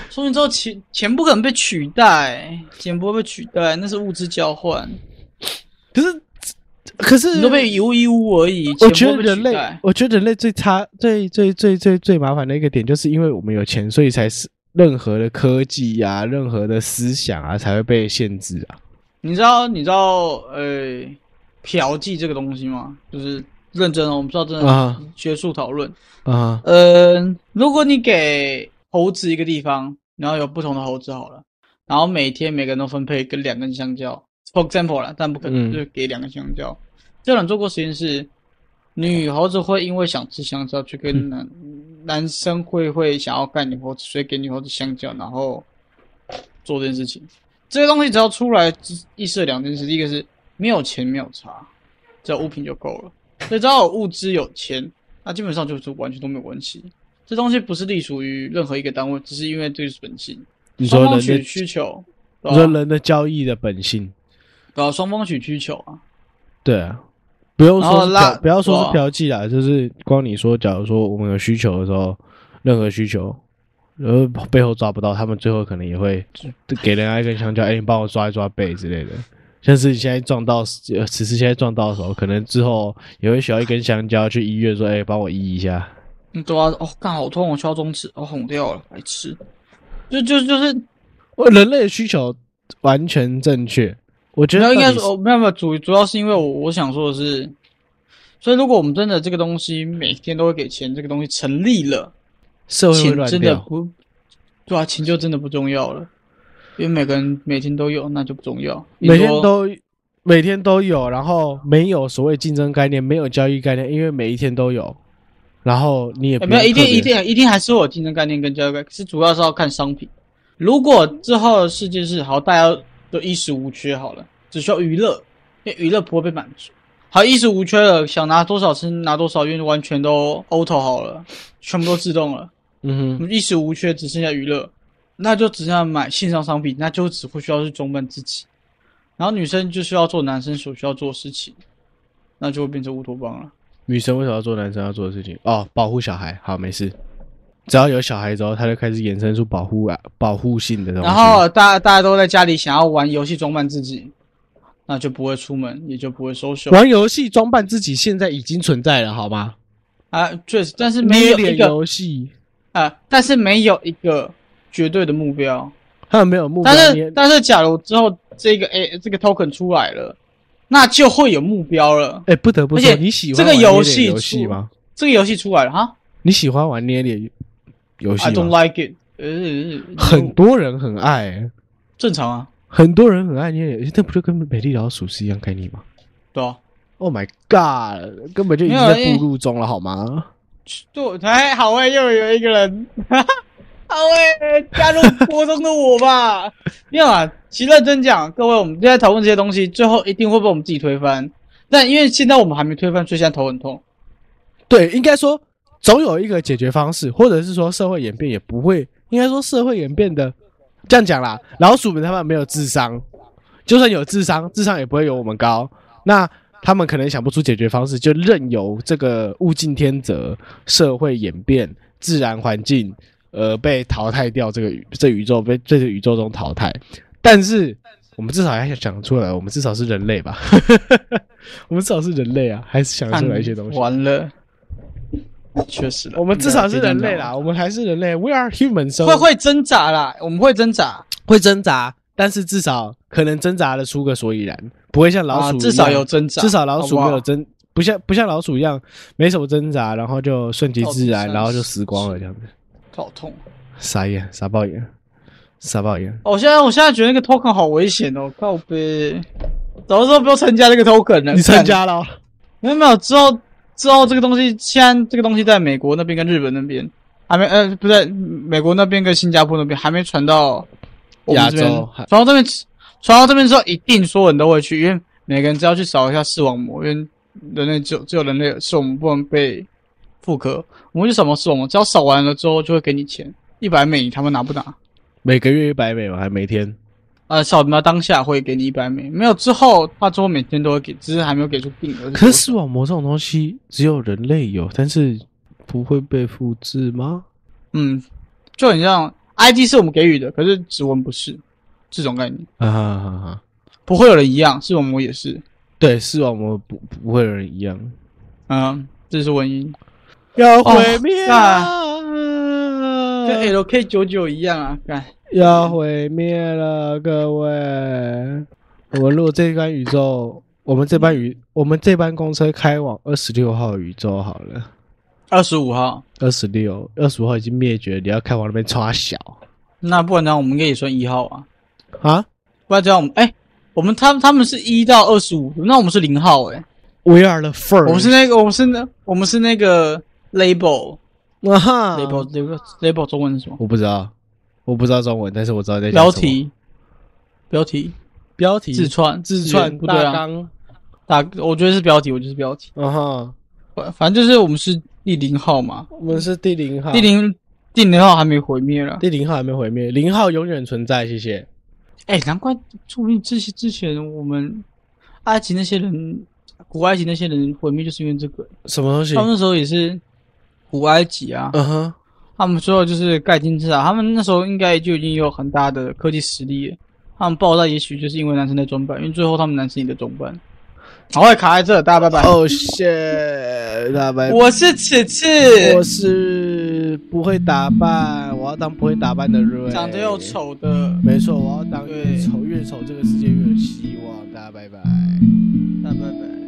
A: 说明之后钱钱不可能被取代，钱不会被取代，那是物质交换。
B: 可是可是
A: 你都被以物易物而已。
B: 我觉得人类，我觉得人类最差、最最最最最麻烦的一个点，就是因为我们有钱，所以才是任何的科技啊、任何的思想啊，才会被限制啊。
A: 你知道，你知道，呃，嫖妓这个东西吗？就是认真哦，我们知道真的学术讨论
B: 啊。
A: 呃，如果你给猴子一个地方，然后有不同的猴子好了，然后每天每个人都分配跟两根香蕉 ，for example 啦，但不可能、嗯、就是给两根香蕉。这有人做过实验是，女猴子会因为想吃香蕉去跟男、嗯、男生会会想要干女猴子，所以给女猴子香蕉，然后做这件事情。这个东西只要出来意识了两件事，第一个是没有钱没有差，只要物品就够了。所以只要有物资有钱，那基本上就是完全都没有关系。这东西不是隶属于任何一个单位，只是因为这是本性。
B: 你说人的
A: 取需求，
B: 你说人的交易的本性，
A: 对啊，双方取需求啊。
B: 对啊，不用说是嫖，不要说是嫖妓啦，就是光你说，假如说我们有需求的时候，任何需求。然后背后抓不到，他们最后可能也会给人家一根香蕉，哎、欸，你帮我抓一抓背之类的。像是你现在撞到，呃，此时现在撞到的时候，可能之后也会需要一根香蕉去医院说，哎、欸，帮我医一下。
A: 嗯，对啊，哦，干好痛，我敲中指，哦，红掉了，白痴。就就就是，
B: 人类的需求完全正确，我觉得
A: 应该说，没有没有，主主要是因为我我想说的是，所以如果我们真的这个东西每天都会给钱，这个东西成立了。
B: 社会会乱掉，
A: 钱真的不，对啊，钱就真的不重要了，因为每个人每天都有，那就不重要。
B: 每天都每天都有，然后没有所谓竞争概念，没有交易概念，因为每一天都有，然后你也不、欸、
A: 没有一定一定一定还是会有竞争概念跟交易概念，可是主要是要看商品。如果之后的世界是好，大家都衣食无缺好了，只需要娱乐，因为娱乐不会被满足。好，衣食无缺了，想拿多少吃拿多少，因为完全都 auto 好了，全部都自动了。
B: 嗯哼，
A: 衣食无缺，只剩下娱乐，那就只剩下买线上商品，那就只会需要去装扮自己。然后女生就需要做男生所需要做的事情，那就会变成乌托邦了。
B: 女生为什么要做男生要做的事情？哦，保护小孩。好，没事。只要有小孩之后，他就开始衍生出保护啊、保护性的东西。
A: 然后大家大家都在家里想要玩游戏装扮自己，那就不会出门，也就不会social。
B: 玩游戏装扮自己现在已经存在了，好吗？
A: 啊，确实，但是没有一个
B: 游戏。
A: 啊，但是没有一个绝对的目标，
B: 他们没有目标。
A: 但是，但是，假如之后这个 A 这个 token 出来了，那就会有目标了。
B: 哎、欸，不得不说，你喜欢
A: 这个游戏
B: 游戏吗？
A: 这个游戏出来了哈？你
B: 喜欢玩捏脸游戏吗
A: ？I don't like it 呃。
B: 很多人很爱、欸，
A: 正常啊。很
B: 多人很爱捏脸，这不就跟美丽老鼠是一样概念吗？
A: 对啊。
B: Oh my god， 根本就已经在步入中了，好吗？
A: 对，哎，好哎，又有一个人，好哎，加入国中的我吧。没有啊，其实认真讲，各位，我们现在讨论这些东西，最后一定会被我们自己推翻。但因为现在我们还没推翻，所以现在头很痛。
B: 对，应该说总有一个解决方式，或者是说社会演变也不会，应该说社会演变的，这样讲啦，老鼠们他们没有智商，就算有智商，智商也不会有我们高。那他们可能想不出解决方式，就任由这个物竞天择、社会演变、自然环境，呃，被淘汰掉。这个这宇宙被这个宇宙中淘汰。但是我们至少还想出来，我们至少是人类吧？我们至少是人类啊，还是想出来一些东西。
A: 完了，确实了，
B: 我们至少是人类啦，我们还是人类。We are human， so
A: 会会挣扎啦，我们会挣扎，
B: 会挣扎。但是至少可能挣扎的出个所以然，不会像老鼠一样、啊、
A: 至少有挣扎，
B: 至少老鼠没有挣，不像不像老鼠一样没什么挣扎，然后就顺其自然，然后就死光了这样子。
A: 好痛！
B: 傻眼，傻爆眼，傻爆眼！
A: 哦，我现在我现在觉得那个 token 好危险哦，靠北！早知道不要参加那个 token 了。
B: 你参加了？
A: 没有没有，之后之后这个东西，现在这个东西在美国那边跟日本那边还没，呃，不对，美国那边跟新加坡那边还没传到。亚洲传到这边，传到这边之后，一定所有人都会去，因为每个人只要去扫一下视网膜，因为人类只有只有人类视网膜不能被复刻，我们去扫描视网膜，只要扫完了之后就会给你钱，一百美，他们拿不拿？
B: 每个月一百美吗？还每天？
A: 呃，扫描当下会给你一百美，没有之后，他之后每天都会给，只是还没有给出定额。
B: 可是视网膜这种东西只有人类有，但是不会被复制吗？
A: 嗯，就很像。 I D 是我们给予的，可是指纹不是，这种概念。
B: 啊哈哈哈，
A: 不会有人一样，视网膜也是。
B: 对，视网膜不不会有人一样。
A: 嗯，这是文音。
B: 要毁灭
A: 了，跟 L K 九九一样啊！干，
B: 要毁灭了，各位。我们如果这班宇宙，我们这班宇，我们这班公车开往二十六号宇宙好了。
A: 二十五号，
B: 二十六，二十五号已经灭绝了，你要开往那边抓小。
A: 那不然这样，我们应该也算一号啊。
B: 啊？
A: 不然这样，我们哎、欸，我们他他们是一到二十五，那我们是零号哎、欸。
B: We are the first。
A: 我们是那个，我们是那，我们是那个 label。
B: 啊哈
A: label label label 中文是什么？
B: 我不知道，我不知道中文，但是我知道在讲什么。
A: 标题，标题，
B: 标题，
A: 自串，
B: 自串，
A: 不对啊。大，我觉得是标题，我就是标题。
B: 嗯哼，
A: 反正就是我们是第零号嘛。
B: 我们是第零号，
A: 第零第零号还没毁灭了。
B: 第零号还没毁灭，零号永远存在。谢谢。
A: 哎、欸，难怪，说不定之前之前我们埃及那些人，古埃及那些人毁灭就是因为这个。
B: 什么东西？
A: 他们那时候也是。古埃及啊，
B: 嗯哼，
A: 他们说的就是盖金字塔，他们那时候应该就已经有很大的科技实力了。他们爆炸也许就是因为男生的装扮，因为最后他们男生也的装扮。好，我也卡在这，大家拜拜。
B: 哦、oh, shit， 大家拜拜。
A: 我是此次，
B: 我是不会打扮，我要当不会打扮的人，
A: 长得又丑的。
B: 没错，我要当越丑越丑，这个世界越有希望。大家拜拜，
A: 大家拜拜。